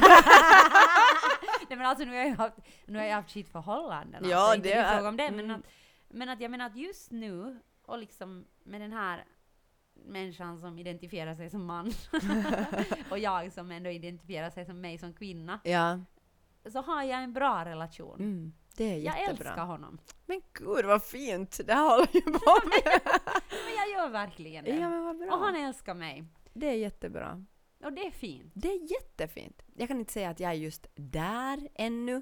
Nej men alltså nu har jag ju haft, nu har jag haft skit förhållanden. Ja, alltså, inte det det är- fråga om det. Men mm. att, men att jag menar att just nu, och liksom med den här människan som identifierar sig som man och jag som ändå identifierar sig som mig som kvinna, Ja, så har jag en bra relation. mm, det är Jag jättebra. älskar honom. Men gud vad fint, det här håller ju på med. Men jag gör verkligen det. Ja, men vad bra. Och han älskar mig. Det är jättebra. Och det är fint. Det är jättefint. Jag kan inte säga att jag är just där ännu.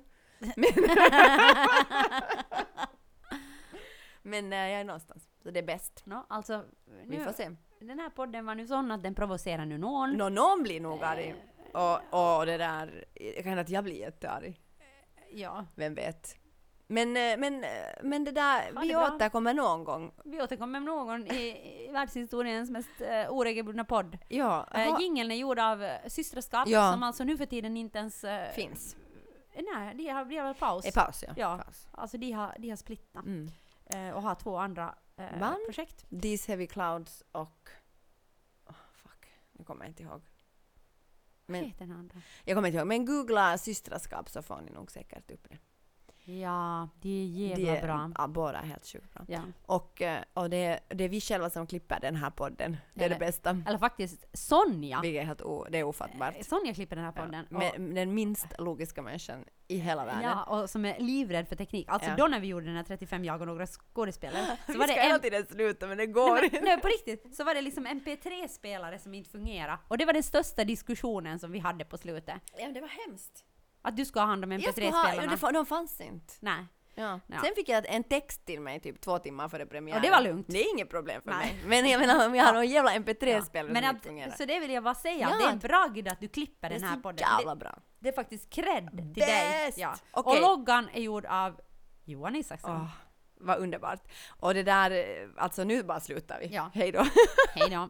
Men eh, jag är någonstans. Så det är bäst. No, alltså, Vi nu, får se. den här podden var nu sån att den provocerar nu någon. Nå, någon blir nog arg. Och, och det där, det kan hända att jag blir jättearg. Ja, Vem vet. Men, eh, men, eh, men det där, Ha vi det bra. återkommer någon gång. vi återkommer med någon i, i världshistoriens mest uh, oregelbundna podd. Ja, Uh, ha, jingeln är gjord av uh, Systraskap, Ja. som alltså nu för tiden inte ens uh, finns. Nej, de har, de har väl paus. I paus, ja. Ja. Paus. Alltså de har, de har splittat Mm. uh, och har två andra uh, Band? projekt. These Heavy Clouds och... Oh, fuck, nu kommer jag inte ihåg. Vad Men, heter den andra? jag kommer inte ihåg, men googla systraskap så får ni nog säkert upp det. Ja, de är jävla De är- bra. Ja, båda är helt sjukt bra. Ja. Och, eh, och det, är, det är vi själva som klipper den här podden. Det är Eller- det bästa. Eller faktiskt Sonja. Vilket är helt o, det är ofattbart. Eh, Sonja klipper den här Ja. podden. och- Med, den minst logiska människan i hela världen. Ja, och som är livrädd för teknik. Alltså Ja. då när vi gjorde den här trettiofem jag och några skådespelare, så vi var ska det hela en... tiden sluta, men det går Nej, inte. men, nej, på riktigt, så var det liksom en P tre-spelare som inte fungerade. Och det var den största diskussionen som vi hade på slutet. Ja, men det var hemskt. Att du ska ha hand om Jag skulle ha, ja, M P tre-spelarna. det, fa- de fanns inte. Nej. Ja. Ja. Sen fick jag en text till mig typ två timmar före premiären. Och det var lugnt. Det är inget problem för Nej. mig. Men jag menar om jag har någon jävla M P tre Ja. spelare Men som inte att, fungerar. så det vill jag bara säga, Ja. det är bra Gida att du klipper Det är den här så podden. jävla Det, bra. det är faktiskt cred till dig. Bäst! Ja. Okej. Och loggan är gjord av Johan Isaksson. Åh, vad underbart. Och det där, eh, alltså nu bara slutar vi. Ja. Hej då. Hej då.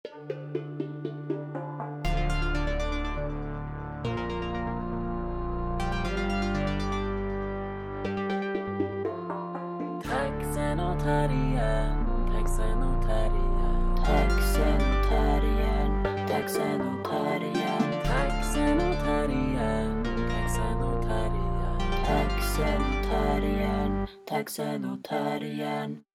Taxenotarien, taxenotarien, taxenotarien, taxenotarien, taxenotarien, taxenotarien, taxenotarien, taxenotarien.